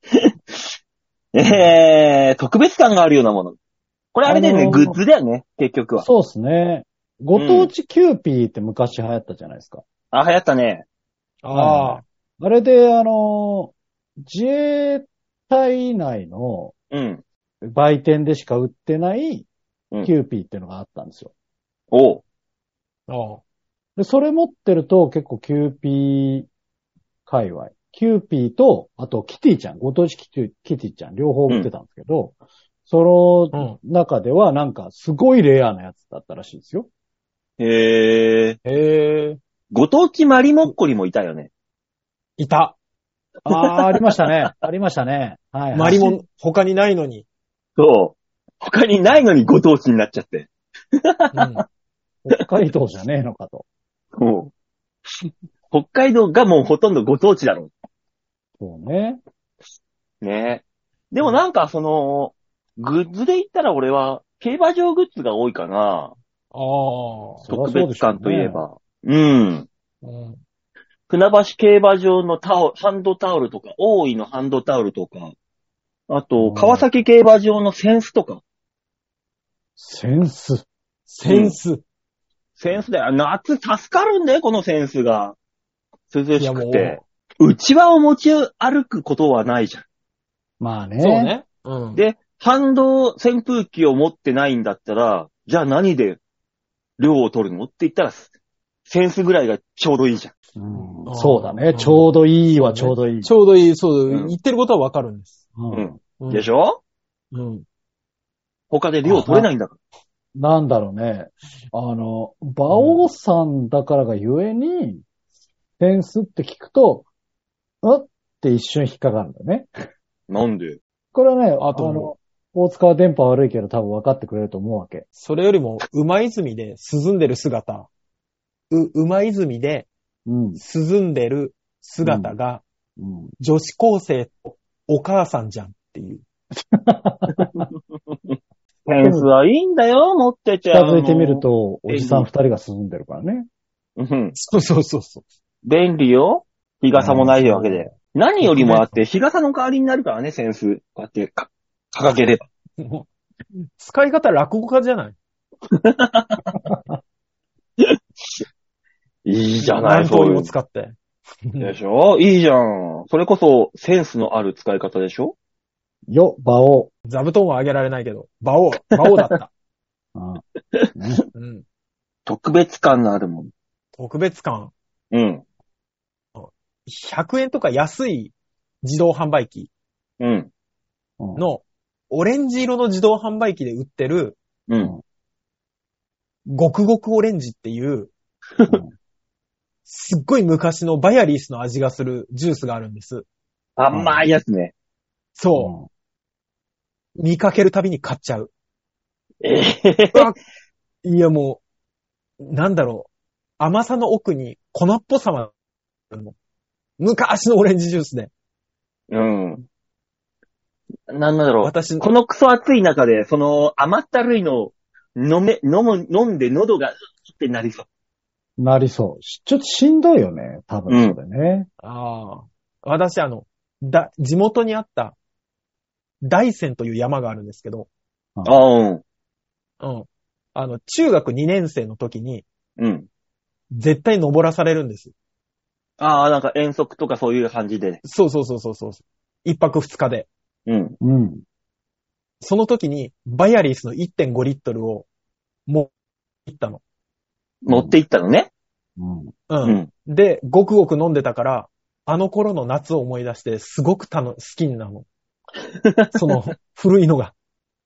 えー、特別感があるようなもの。これあれだよね、 あのーグッズだよね、結局は。 そうですね。ご当地キューピーって昔流行ったじゃないですか。 あ、流行ったね。 ああ。 あれで、あの、自衛隊内のうん。 売店でしか売ってないうんキューピーっていうのがあったんですよ。 おう。 ああ。 で、それ持ってると結構キューピー界隈。キューピーと、あとキティちゃん、ご当地キティ、キティちゃん、両方売ってたんですけど、その中ではなんかすごいレアなやつだったらしいですよ。 へー。 へえ。 ご当地マリモッコリもいたよね。 いた。 ああ、ありましたね。ありましたね。はい、はい。 マリモン、他にないのに。 そう。他にないのにご当地になっちゃって。 うん。 北海道じゃねえのかと。 もう。北海道がもうほとんどご当地だろそうね。 う。ね。でもなんかその、グッズで言ったら俺は、競馬場グッズが多いかな。 ああ。 特別感といえば。うん。 うん。 船橋競馬場のタオル、ハンドタオルとか、大井のハンドタオルとか、あうと、 ん川崎競馬場のセンスとか。 センス。 センス。 センスだよ。夏助かるんだよ、このセンスが。涼しいやもうくて。うちわを持ち歩くことはないじゃん。 まあね。 そうね。うん。 で、反動扇風機を持ってないんだったら、じゃあ何で量を取るのって言ったら、センスぐらいがちょうどいいじゃん。 うんあーそうだね。ちょうどいいはちょうどいい。 ちょうどいい、そう、 うん言ってることはわかるんです。 うんうんでしょうん。 他で量取れないんだかなんだろうね。あの、馬王さんだからがゆえに、センスって聞くと、あって一瞬引っかかるんだよね。 ら。なんでこれはね、ああとの、大塚は電波悪いけど多分分かってくれると思うわけ。 それよりも、馬泉で涼んでる姿。う、馬泉でうん。 涼んでる姿が、 うん。 女子高生とお母さんじゃんっていう。 センスはいいんだよ、持ってちゃ近づいてみると、おじさん便利二人が涼んでるからね。 うん。 そうそうそうそう。 便利よ。日傘もないわけで。何よりもあって、日傘の代わりになるからね、センス。こうやってか掲げれば。 もう使い方落語家じゃない？ いいじゃない、 何通りもそういう使って。 の。でしょいいじゃん。それこそ、センスのある使い方でしょよ、馬王。 座布団はあげられないけど、馬王、馬王だった。 うんねうん。 特別感のあるもの。 特別感。 うん。 ひゃくえんとか安い自動販売機うん。 うんの、オレンジ色の自動販売機で売ってる、 うん。 ごくごくオレンジっていう、 うんすっごい昔のバヤリースの味がするジュースがあるんです。 甘いやつね。 そう。見かけるたびに買っちゃう。 ええあいやもう、なんだろう。甘さの奥に粉っぽさがあるの。昔のオレンジジュースで。 うん。なんだろう。 私のこのクソ暑い中で、その甘ったるいのを飲め、飲む、飲んで喉がうってなりそう。 なりそう。しちょっとしんどいよね。多分それね。 ああ。私あの、だ、地元にあった大山という山があるんですけど、 ああ、うん。 うん。あの、中学にねん生の時にうん。 絶対登らされるんです。 ああ、なんか遠足とかそういう感じで。 そうそうそうそうそう。一泊二日で。 うん。 うん。 その時にバヤリースの いってんご リットルをもう行ったの。 持って行ったのね。 うん。 う。 うんん。 で、ごくごく飲んでたから、あの頃の夏を思い出して、すごくたの好きになるの。その、古いのが。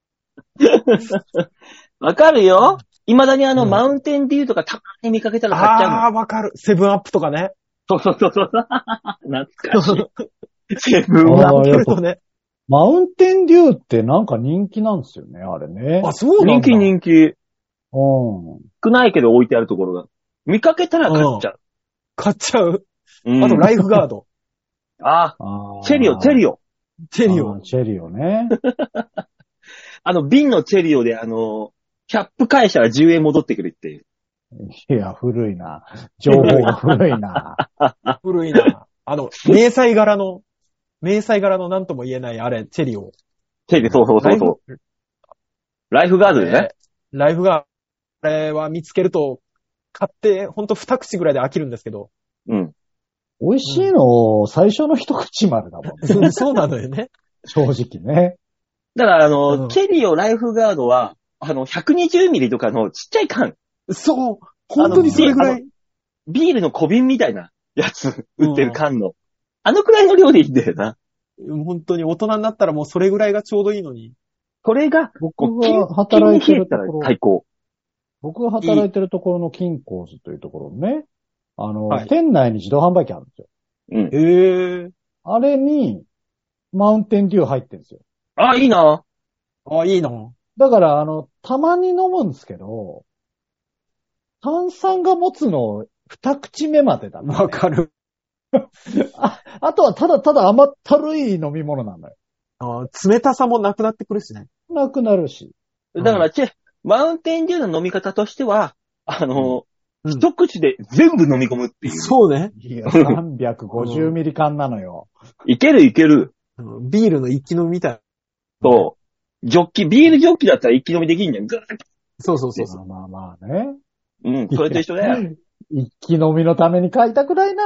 わかるよ。未だにあの、 うんマウンテンデューとかたまに見かけたら買っちゃうの。 ああー、わかる。セブンアップとかね。 そうそうそうそう。懐かしい。セブンはあー開けるとね。 マウンテンデューってなんか人気なんですよね、あれね。 あ、そうなんだ。 人気人気。 うん。 少ないけど置いてあるところが。見かけたら買っちゃう。 買っちゃう。 うんあと、ライフガード。 ああ、 あーチェリオ、チェリオ。 チェリオあー。チェリオね。 あの、瓶のチェリオで、あの、キャップ返したらじゅうえん戻ってくるっていう。 いや、古いな。情報が古いな。 古いな。あの、迷彩柄の、迷彩柄のなんとも言えないあれ、チェリオ。 チェリオ、そうそうそうそう。 ライフライフガードでね。 ライフガード。あれは見つけると、買って、ほんと二口ぐらいで飽きるんですけど。 うん。 美味しいの、最初の一口までだもんね。 そうそうなのよね。 正直ね。 だから、あの、 うんチェリオライフガードは、あの、ひゃくにじゅうミリとかのちっちゃい缶。 そう。本当にそれぐらい。 ビールの小瓶みたいなやつ、売ってる缶の。あのくらいの量でいいんだよな。 本当に大人になったらもうそれぐらいがちょうどいいのに。 これが、 僕こうが働いてるとキンキンに冷えたらころ、 最高。 僕が働いてるところの金工図というところね、あの、 はい店内に自動販売機あるんですよ。 うん。 へえ。 あれに、マウンテンデュー入ってるんですよ。 あ、いいな。 あ、いいな。 だから、あの、たまに飲むんですけど、炭酸が持つの二口目までだな、 わかる。 あ。あとはただただ甘ったるい飲み物なのよ。 あ冷たさもなくなってくるしね。 なくなるし。 だから、チェ、マウンテンデューの飲み方としては、あの、 うん一口で全部飲み込むっていう。 そうね。 いや、さんびゃくごじゅうミリ缶なのよ。 いけるいける。 うんビールの一気飲みみたい。 そう。ジョッキ、ビールジョッキだったら一気飲みできんじゃん。ぐーっと。 そうそうそうそう。 まあまあまあね。 うん、それと一緒だよ。 一気飲みのために買いたくないな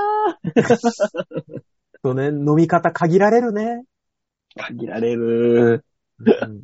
そうね、飲み方限られるね。 限られる。 うん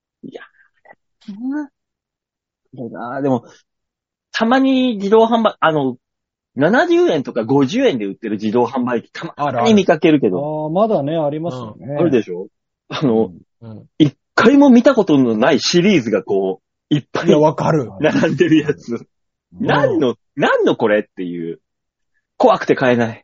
そうだでも、たまに自動販売、あの、ななじゅうえんとかごじゅうえんで売ってる自動販売機たあるあるまに見かけるけど、 ああ、まだね、ありますよね。 あるでしょあの、 うん。 一回も見たことのないシリーズがこう、いっぱいいや、わかる。 並んでるやつ。 うん何の、何のこれっていう。怖くて買えない。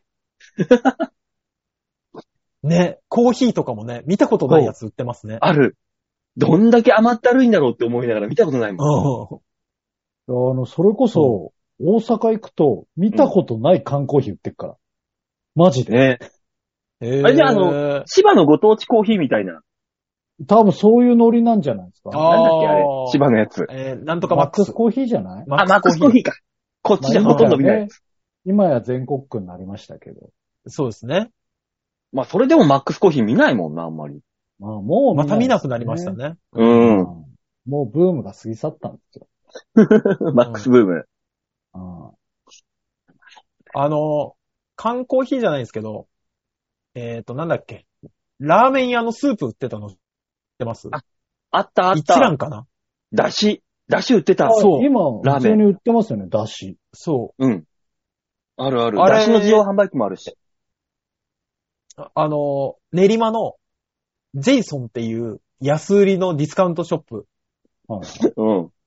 ね、コーヒーとかもね、見たことないやつ売ってますね。 ある。どんだけ甘ったるいんだろうって思いながら見たことないもん。 うん。 あの、それこそ、大阪行くと、見たことない缶コーヒー売ってるから。マジで。 ね。 えあれじゃあ、あの、千葉のご当地コーヒーみたいな。 多分そういうノリなんじゃないですか。 あなんだっけあれ。千葉のやつ。 えーなんとかマックスマックス。コーヒーじゃないあ、マックスコーヒーか。こっちじゃほとんど見ないやつ。 今や全国区になりましたけど。 そうですね。 まあ、それでもマックスコーヒー見ないもんな、あんまり。 まあ、もうまた見なくなりりました。ね。 うん。 もうブームが過ぎ去ったんですよ。 マックスブーム。 ああの、缶コーヒーじゃないですけど、えっと、なんだっけ。ラーメン屋のスープ売ってたの知ってますああったあっ一た。 蘭かなだし。だし売ってた。 そう今、 ラーメン普通に売ってますよね、だし。 そうん。あるある。 あれだしの自動販売機もあるし。 う。あの、練馬のジェイソンっていう安売りのディスカウントショップ。 はい。 うん。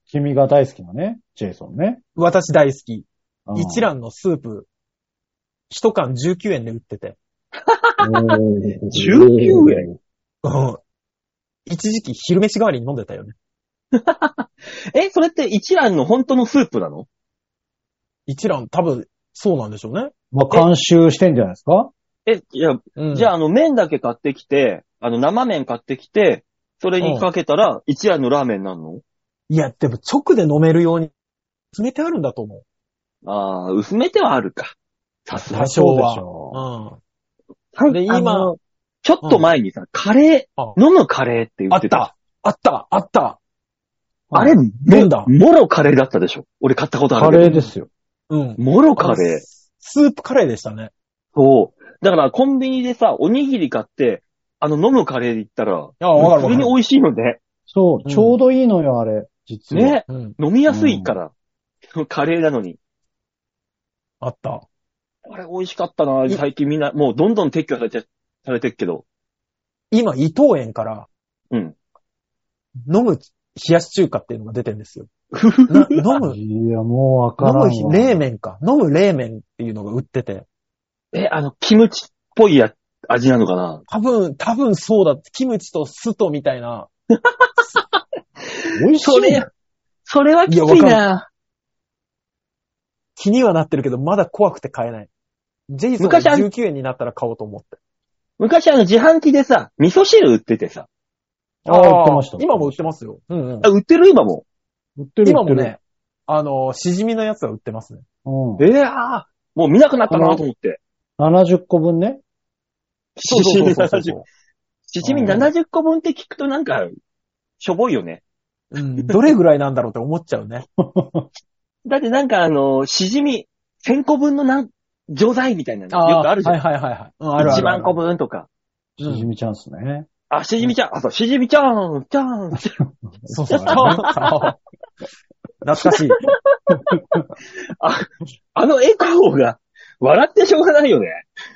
君が大好きなね、ジェイソンね。 私大好き。 うん一蘭のスープ、一缶じゅうきゅうえんで売ってて。 じゅうきゅうえんうん。一時期昼飯代わりに飲んでたよね。 え、それって一蘭の本当のスープなの？ 一蘭多分そうなんでしょうね。 まあ、監修してんじゃないですか？ え、いや、 うん、 じゃああの麺だけ買ってきて、あの生麺買ってきて、それにかけたら一蘭のラーメンになるの？ いや、でも直で飲めるように詰めてあるんだと思う。 ああ、薄めてはあるか。さすが多少は。 そうでしょうん。で、今、 あのちょっと前にさ、カレー、 あ飲むカレーって言って。 あったた。あった。あった。 あれ、 飲んだもろカレーだったでしょ？俺買ったことあるカけど。 レーですよ。 うん。 もろカレー。 スープカレーでしたね。 そう。だからコンビニでさ、おにぎり買って、あの飲むカレーで言ったら、 あ、わかるわかる。 それに美味しいのね。 そう、 うんちょうどいいのよ、あれ。実は。 ね。 うん。 飲みやすいから。カレーなのに。 あった。 あれ美味しかったな。最近みんな、もうどんどん撤去されて、されてるけど。 今、伊藤園からうん。 飲む冷やし中華っていうのが出てるんですよ。な飲む、飲いや、もうわからんわ。 む冷麺か。飲む冷麺っていうのが売ってて。 え、あの、キムチっぽいや、味なのかな？ 多分、多分そうだ。キムチと酢とみたいな。 美味しい。 それ、それはきついいやわな。 気にはなってるけど、まだ怖くて買えない。ジェイソンが昔あのじゅうきゅうえんになったら買おうと思って。 昔あの自販機でさ、味噌汁売っててさ。 ああ、売ってました。 今も売ってますよ。うんうんあ、。売ってる今も。 売ってる。 今もね、あの、しじみのやつは売ってますね。 売ってる。 ええああ、もう見なくなったなと思って。 うん。ななじゅっこぶんね。 そうそうそうそうそう。 しじみななじゅっこぶんって聞くとなんか、しょぼいよね。 うん、どれぐらいなんだろうって思っちゃうね。 だってなんかあの、しじみせんこぶんのなん、錠剤みたいなのよくあるじゃん。 はいはいはいはい。うん、あるあるあるいちまんこぶんとか。 しじみチャンスね。 あ、しじみちゃん、あ、そう、しじみちゃん、ちゃん。 そうそう。懐かしい。 あ、あのエコーが、笑ってしょうがないよね。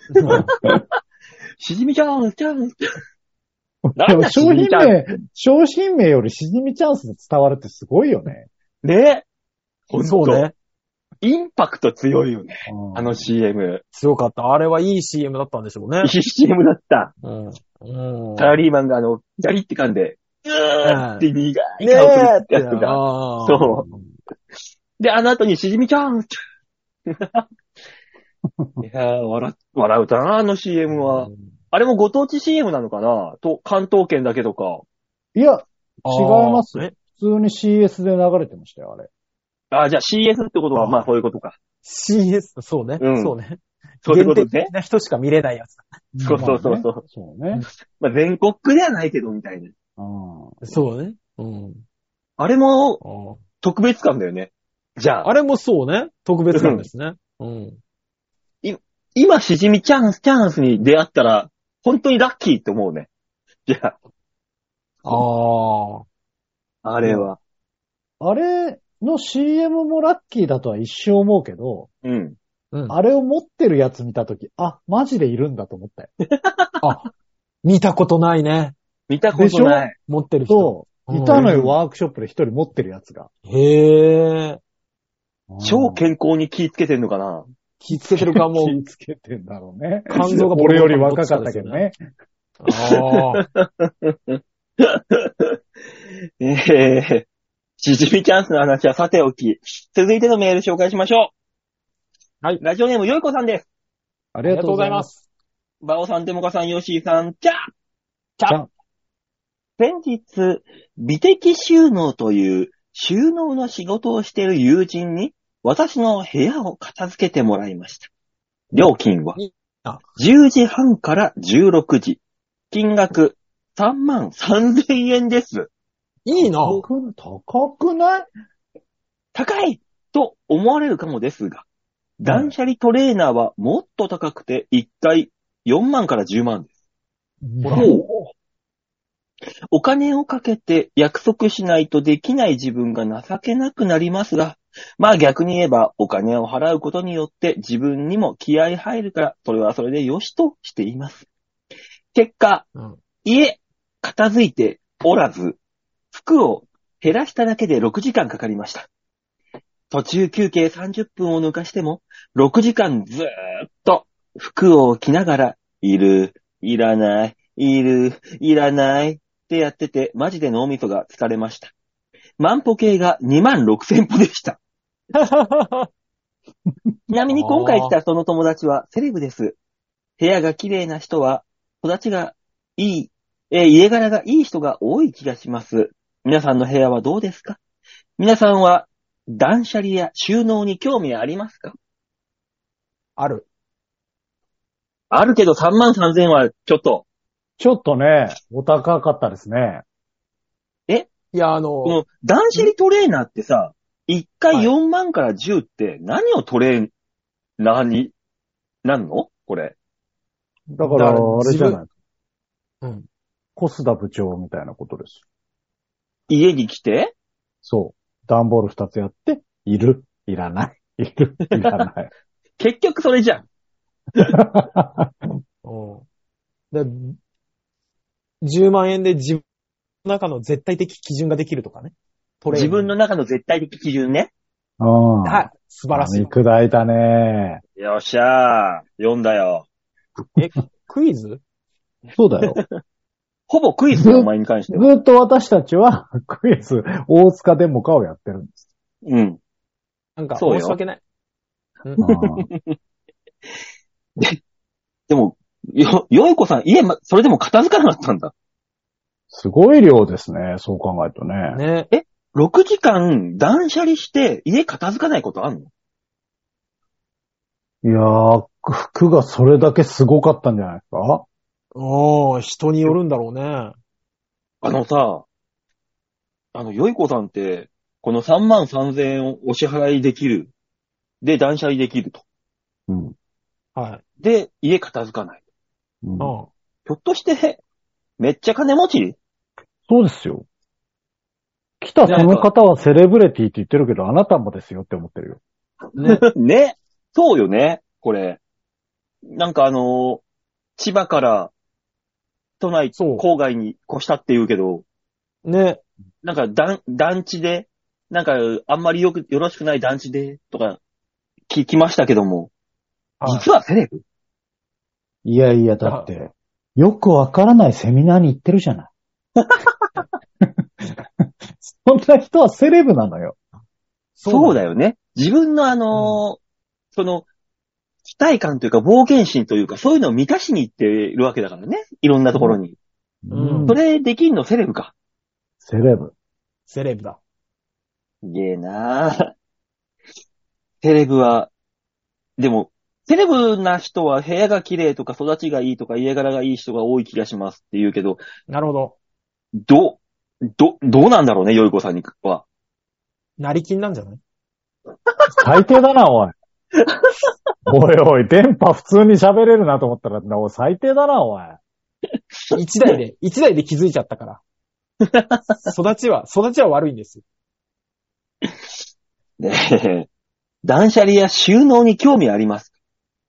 しじみちゃん、ちゃん。なんだしじ商品みちゃん。 名、商品名よりしじみチャンスで伝わるってすごいよね。 ね。ほんとそうね。 インパクト強いよね。 うんあの シーエム。 強かった。あれはいい シーエム だったんでしょうねいい。シーエム だった。 うん。うん。 サラリーマンがあの、ジャリって噛んで、うーって苦い顔するねえってやつが。 あーそう。で、あの後にしじみちゃん。いやー、笑、笑うたな、あの シーエム は。あれもご当地 シーエム なのかなと、関東圏だけとか。 いや、違いますよ。 え普通に シーエス で流れてましたよ、あれ。 あ、じゃあ シーエス ってことは、 あまあそういうことか。 シーエス、そうね。 うんそうね。 そういうことね限定的。な人しか見れないやつ。 そうそうそうそうまあねそうね。 まあ全国区ではないけど、みたいな。 うんそうね。うん。 あれもあ特別感だよね。じゃあ、 あれもそうね。特別なんですね。うん。 今しじみチャンス、チャンスに出会ったら、本当にラッキーって思うね。じゃああ。 あ、あれは。 あれの シーエム もラッキーだとは一瞬思うけど、 うん。 うん。 あれを持ってるやつ見たとき、あ、マジでいるんだと思ったよ。 あ、見たことないね。 見たことない。 持ってる人。 そう。いたのよ、 うんワークショップで一人持ってるやつが。 へえ。 超健康に気ぃつけてんのかな。 気つけてるかも。 気ぃつけてんだろうね。 肝臓が俺より若かったけどね。 ああ。 ええしじみチャンスの話はさておき、続いてのメール紹介しましょう。 はい。 ラジオネームよいこさんです。 あありがとうございま。す。 バオさん、デモカさん、ヨッシーさん、じゃあじゃじゃあ先日、美的収納という収納の仕事をしている友人に私の部屋を片付けてもらいました。料金はいいなじゅうじはんからじゅうろくじ。金額さんまんさんぜんえんです。 いいな。 高く高くない高いと思われるかもですが、断捨離トレーナーはもっと高くていっかいよんまんからじゅうまんです。 ほらほうお金をかけて約束しないとできない自分が情けなくなりますが、まあ逆に言えばお金を払うことによって自分にも気合入るから、それはそれでよしとしています。結果、 うん家、片付いておらず、服を減らしただけでろくじかんかかりました。途中休憩さんじゅっぷんを抜かしても、ろくじかんずーっと服を着ながら、いる、いらない、いる、いらないってやってて、マジで脳みそが疲れました。万歩計がにまんろくせん歩でした。ちなみに今回来たその友達はセレブです。部屋が綺麗な人は、育ちがいい、えー、家柄がいい人が多い気がします。皆さんの部屋はどうですか？皆さんは断捨離や収納に興味ありますか？ ある。 あるけどさんまんさんぜんはちょっと。 ちょっとね、お高かったですね。 いや、あの、 この断捨離トレーナーってさ、いっかいよんまんからじゅうって何をトレーナーになんの？これ。 だから、 だからあれじゃない。 うん。 コスダ部長みたいなことです。 家に来てそう。段ボール二つやって、いる、いらない、いる、いらない。 結局それじゃん。 でじゅうまん円で自分の中の絶対的基準ができるとかね。トレーニング自分の中の絶対的基準ね。 うん。 はい。素晴らしい見。砕いたね。 よっしゃー。読んだよ。 え、クイズそうだよ。 ほぼクイズだよ、お前に関しては。 ずっと私たちはクイズ、大塚デモカをやってるんです。 うん。 なんか、 そうよ申し訳ない。うんで、でも、よ、よいこさん、家、ま、それでも片付かなかったんだ。 すごい量ですね。そう考えるとね。 ね。 ろくじかん断捨離して家片付かないことあんの？ いやー、服がそれだけすごかったんじゃないですか？ おー、人によるんだろうね。 あのさ、あの、よいこさんって、このさんまんさんぜんえんをお支払いできる。で、断捨離できると。 うん。 はい。 で、家片付かない。 うん、 うん。 ひょっとして、めっちゃ金持ち？ そうですよ。来たその方はセレブレティって言ってるけど、あなたもですよって思ってるよ。 ね。 ね。そうよね、これ。なんかあのー千葉から都内、 そう郊外に越したって言うけど、 ね。 なんか団、団地で、なんかあんまりよく、よろしくない団地で、とか、聞きましたけども、 はい実はセレブ？ いやいや、だって、よくわからないセミナーに行ってるじゃない。そんな人はセレブなのよ。 そうだよね。自分のあのーその、期待感というか冒険心というか、そういうのを満たしに行ってるわけだからね。いろんなところに。 うんそれできんのセレブか。 セレブ。 セレブだ。 すげえなぁ。セレブは、でも、セレブな人は部屋が綺麗とか育ちがいいとか家柄がいい人が多い気がしますって言うけど、 なるほど。 ど、ど、どうなんだろうね、よいこさんには。 成金なんじゃない？ 最低だな、おい。おいおい、電波普通に喋れるなと思ったら、おい最低だな、おい。 一台で、一台で気づいちゃったから。育ちは、育ちは悪いんですよ。 ねえ、断捨離や収納に興味あります。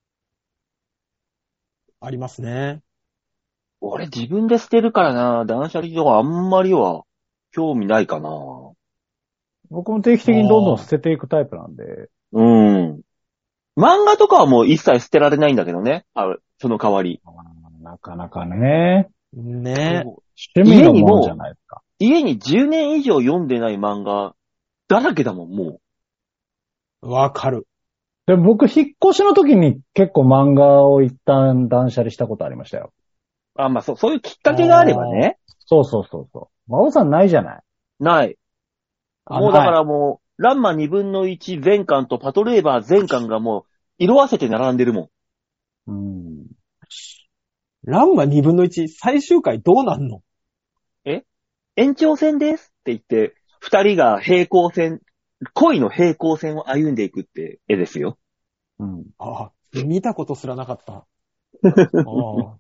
ありますね。 俺自分で捨てるからな、断捨離とかあんまりは興味ないかな。 僕も定期的にどんどん捨てていくタイプなんで。 うん。漫画とかはもう一切捨てられないんだけどね。あ、その代わり。 なかなかね。 ね。 趣味のものじゃないですか。 家にじゅうねん以上読んでない漫画だらけだもん、もわかる。 でも僕、引っ越しの時に結構漫画を一旦断捨離したことありましたよ。 う。あ、まあそ、そういうきっかけがあればね。 そうそうそうそう。馬王さんないじゃない。 ない。 あもうだからもう、ランマにぶんのいち全巻とパトレーバー全巻がもう、色あせて並んでるもん。 うん。 ランマにぶんのいち、最終回どうなんの？ 延長戦ですって言って、二人が平行線、恋の平行線を歩んでいくって絵ですよ。 うん。 ああ、見たことすらなかった。ああ。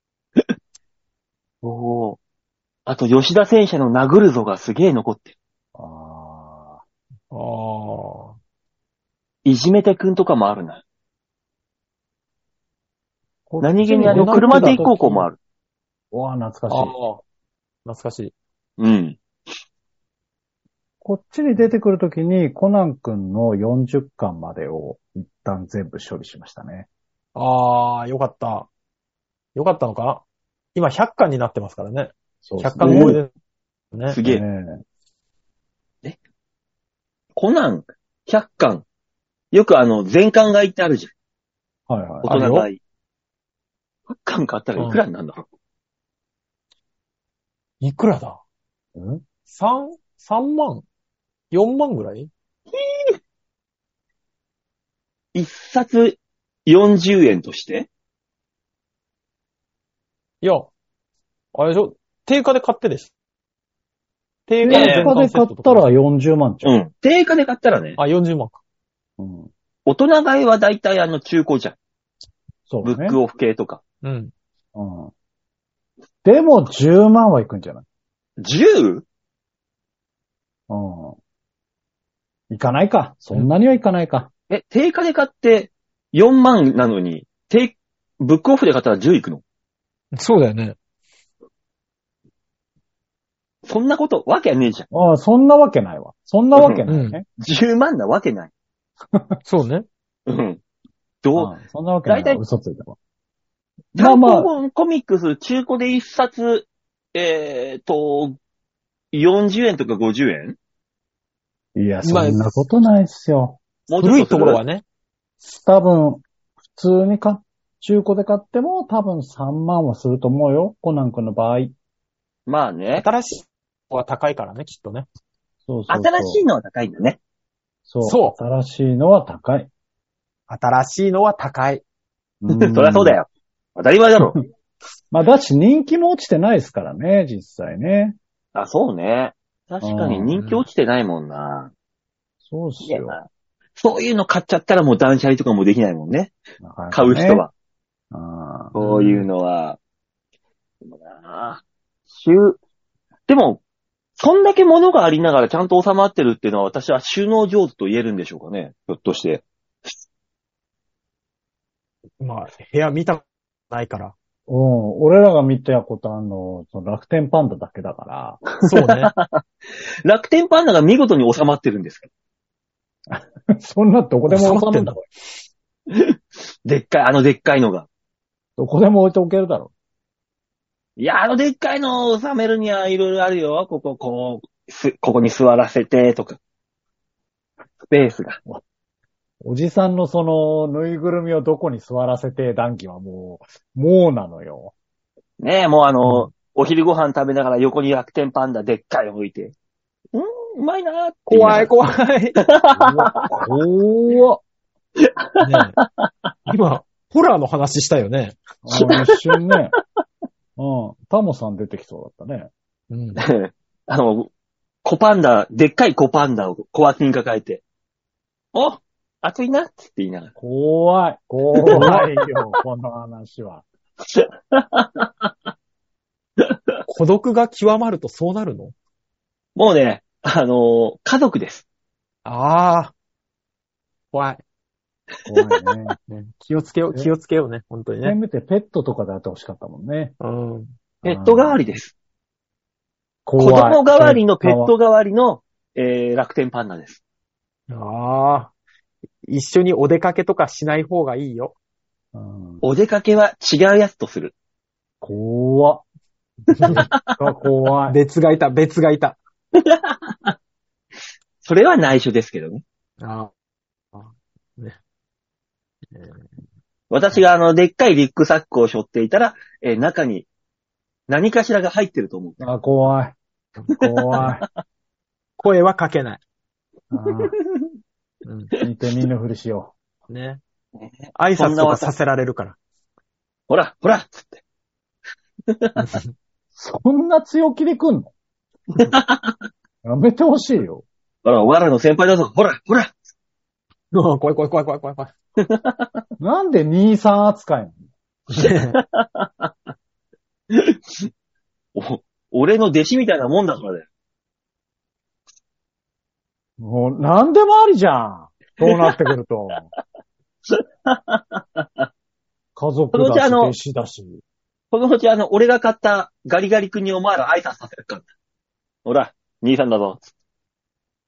おー。あと、吉田戦車の殴るぞがすげえ残ってる。 あああ。 いじめてくんとかもあるな。 あ。 何気にあの、車で行こう子もある。 うわ、懐かしああい。。 懐かしい。 うん。 こっちに出てくるときに、コナン君のよんじゅっかんまでを一旦全部処理しましたね。 ああ、よかった。よかったのか今ひゃっかんになってますからね。 そうひゃっかん超えですね。 すげえ。 ねコナンひゃっかん。よくあの、全巻買いってあるじゃん。 はいはい。 大人買い。ひゃっかん買ったらいくらになるんだろいくらだうん三、三万四万ぐらい一冊よんじゅうえんとしていや、あれでしょ定価で買ってでしょ定価定で全価で買巻セットとかったらよんじゅうまんちゃう。 うん。定価で買ったらね、 あ、よんじゅうまんか。 うん。 大人買いはだいたいあの中古じゃん。 そうね。 ブックオフ系とか。 うん。 うん。でもじゅうまんはいくんじゃない？ じゅう? うん。いかないか。そんなにはいかないか。 え、定価で買ってよんまんなのに、定、ブックオフで買ったらじゅういくの？ そうだよね。 そんなこと、わけはねえじゃん。 ああ、そんなわけないわ。そんなわけないね。 じゅうまんなわけない。 そうね。 うん。どう、 うんそんなわけないわ。 大体嘘ついたわ。まあ単まあ行本コミックス中古で一冊、えーと、よんじゅうえんとかごじゅうえんいや、そまあんなことないっすよ。 もうちょっ古いところはね。 ね。 多分、普通にか、中古で買っても多分さんまんはすると思うよ。コナン君の場合。 まあね。 新しい方は高いからね、きっとね。 そうそうそう。 新しいのは高いんだね。 そう。 そう新しいのは高い。 新しいのは高い。 うんそりゃそうだ。よ。当たり前だろ。 まあ、だし人気も落ちてないですからね、実際ね。 あ、そうね。確かに人気落ちてないもんな。 そうっすよ。 いやなそういうの買っちゃったらもう断捨離とかもできないもんね。 なかなか買ねう人は。 あこういうのは。でもな収、でも、そんだけ物がありながらちゃんと収まってるっていうのは私は収納上手と言えるんでしょうかね。ひょっとして。 まあ、部屋見たことないから。 うん。俺らが見たことあるの、その楽天パンダだけだから。 そうね。 楽天パンダが見事に収まってるんですか？ そんなどこでも収まるんだ。 でっかい、あのでっかいのが。 どこでも置いておけるだろいや、あのでっかいのを収めるにはいろいろあるよ。ここ、こう、す、ここに座らせて、とか。スペースが。 う。おじさんのその、ぬいぐるみをどこに座らせて談義はもう、もうなのよ。 ねえ、もうあの、お昼ご飯食べながら横に楽天パンダでっかいの置いて。うん、うまいなーって言怖い、 ながら。 怖い。 怖っ。 ねえ今、ホラーの話したよね。 あの一瞬ね。うん。タモさん出てきそうだったね。 うん。 あの、コパンダ、でっかいコパンダを小脇に抱えて。お暑いなって言いながら。 怖い。怖いよ、この話は。 孤独が極まるとそうなるの？ もうね、あの、家族です。 ああ。怖い。 怖いね。 ね気をつけよう、 え気をつけようね、本当にせね。 めてペットとかであってほしかったもんね。 うん。 ペット代わりです。子怖い。 供代わりのペット代わりの、えー、楽天パンダです。 ああ。一緒にお出かけとかしない方がいいよ。 うんお出かけは違うやつとする。 怖っ。怖い。 別がいた、別がいた。 それは内緒ですけどね。 ああ。ね。 私があの、でっかいリュックサックを背負っていたら、えー中に何かしらが入ってると思う。 あ、怖い。怖い。 声はかけない。 あうん。 見て見ぬふりしよね。挨拶とかさせられるから。 ほら、ほらつって。 う。そんな強気で来んのやめてほしいよ。 ほら、お前らの先輩だぞ。ほら、ほら。 うん怖い怖い怖い怖い怖い怖い。 なんで兄さん扱いなお、俺の弟子みたいなもんだからだよ。 のもう、なんでもありじゃん。そうなってくると。家族だし、 そのうちあの弟子だし。 このうちあの、俺が買ったガリガリ君にお前ら挨拶させるから。ほら、兄さんだぞ。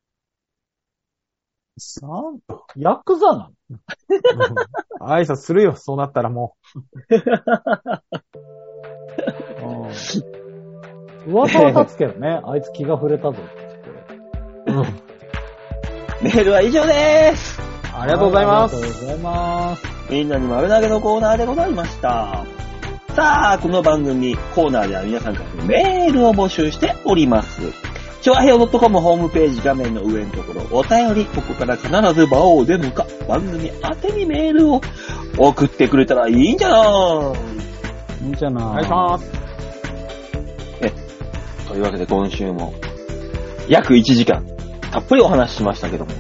なんヤクザなの？ 挨拶するよ、そうなったらもうん、噂は立つけどね、あいつ気が触れたぞってう。うん。 メールは以上でーす。 ありがとうございます。 ありがとうございます。 みんなに丸投げのコーナーでございました。さあ、この番組、コーナーでは皆さんからのメールを募集しております。ちょあへよ .com ホームページ画面の上のところ、お便り、ここから必ず場をデモか、番組宛てにメールを送ってくれたらいいんじゃないいいんじゃない。 お願いします。 え、というわけで今週も、約いちじかん、たっぷりお話ししましたけども。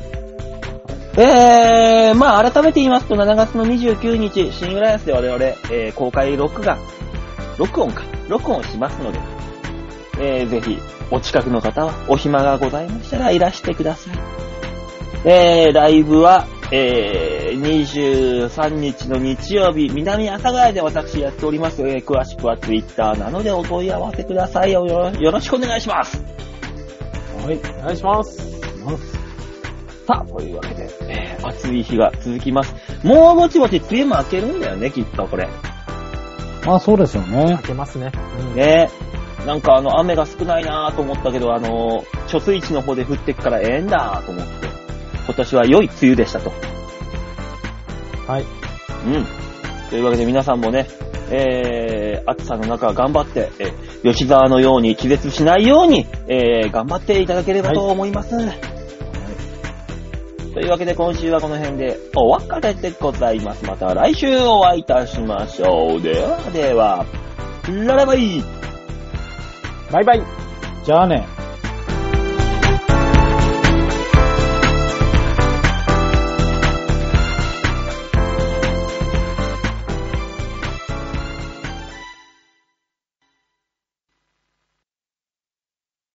えー、まあ改めて言いますと、しちがつのにじゅうくにち、新浦安で我々、えー、公開録画、録音か、録音しますので、えー、ぜひ、お近くの方は、お暇がございましたらいらしてください。えー、ライブは、えー、にじゅうさんにちの日曜日、南阿佐ヶ谷で私やっております。えー、詳しくはツイッターなどでお問い合わせください。よろ、よろしくお願いします。 はい。 お願いします。 さあ、というわけで、えー、暑い日が続きます。もうぼちぼち梅雨も明けるんだよね、きっとこれ。 まあそうですよね開。けますね。うん、 ねなんかあの、雨が少ないなぁと思ったけど、あの、貯水池の方で降ってくからええんだと思って、今年は良い梅雨でしたと。 はい。 うん。というわけで皆さんもね、えー、暑さの中頑張って、えー、吉沢のように気絶しないように、えー、頑張っていただければと思います。はいはい、というわけで今週はこの辺でお別れでございます。また来週お会いいたしましょう。ではでは、ララバイバイバイ。 じゃあね。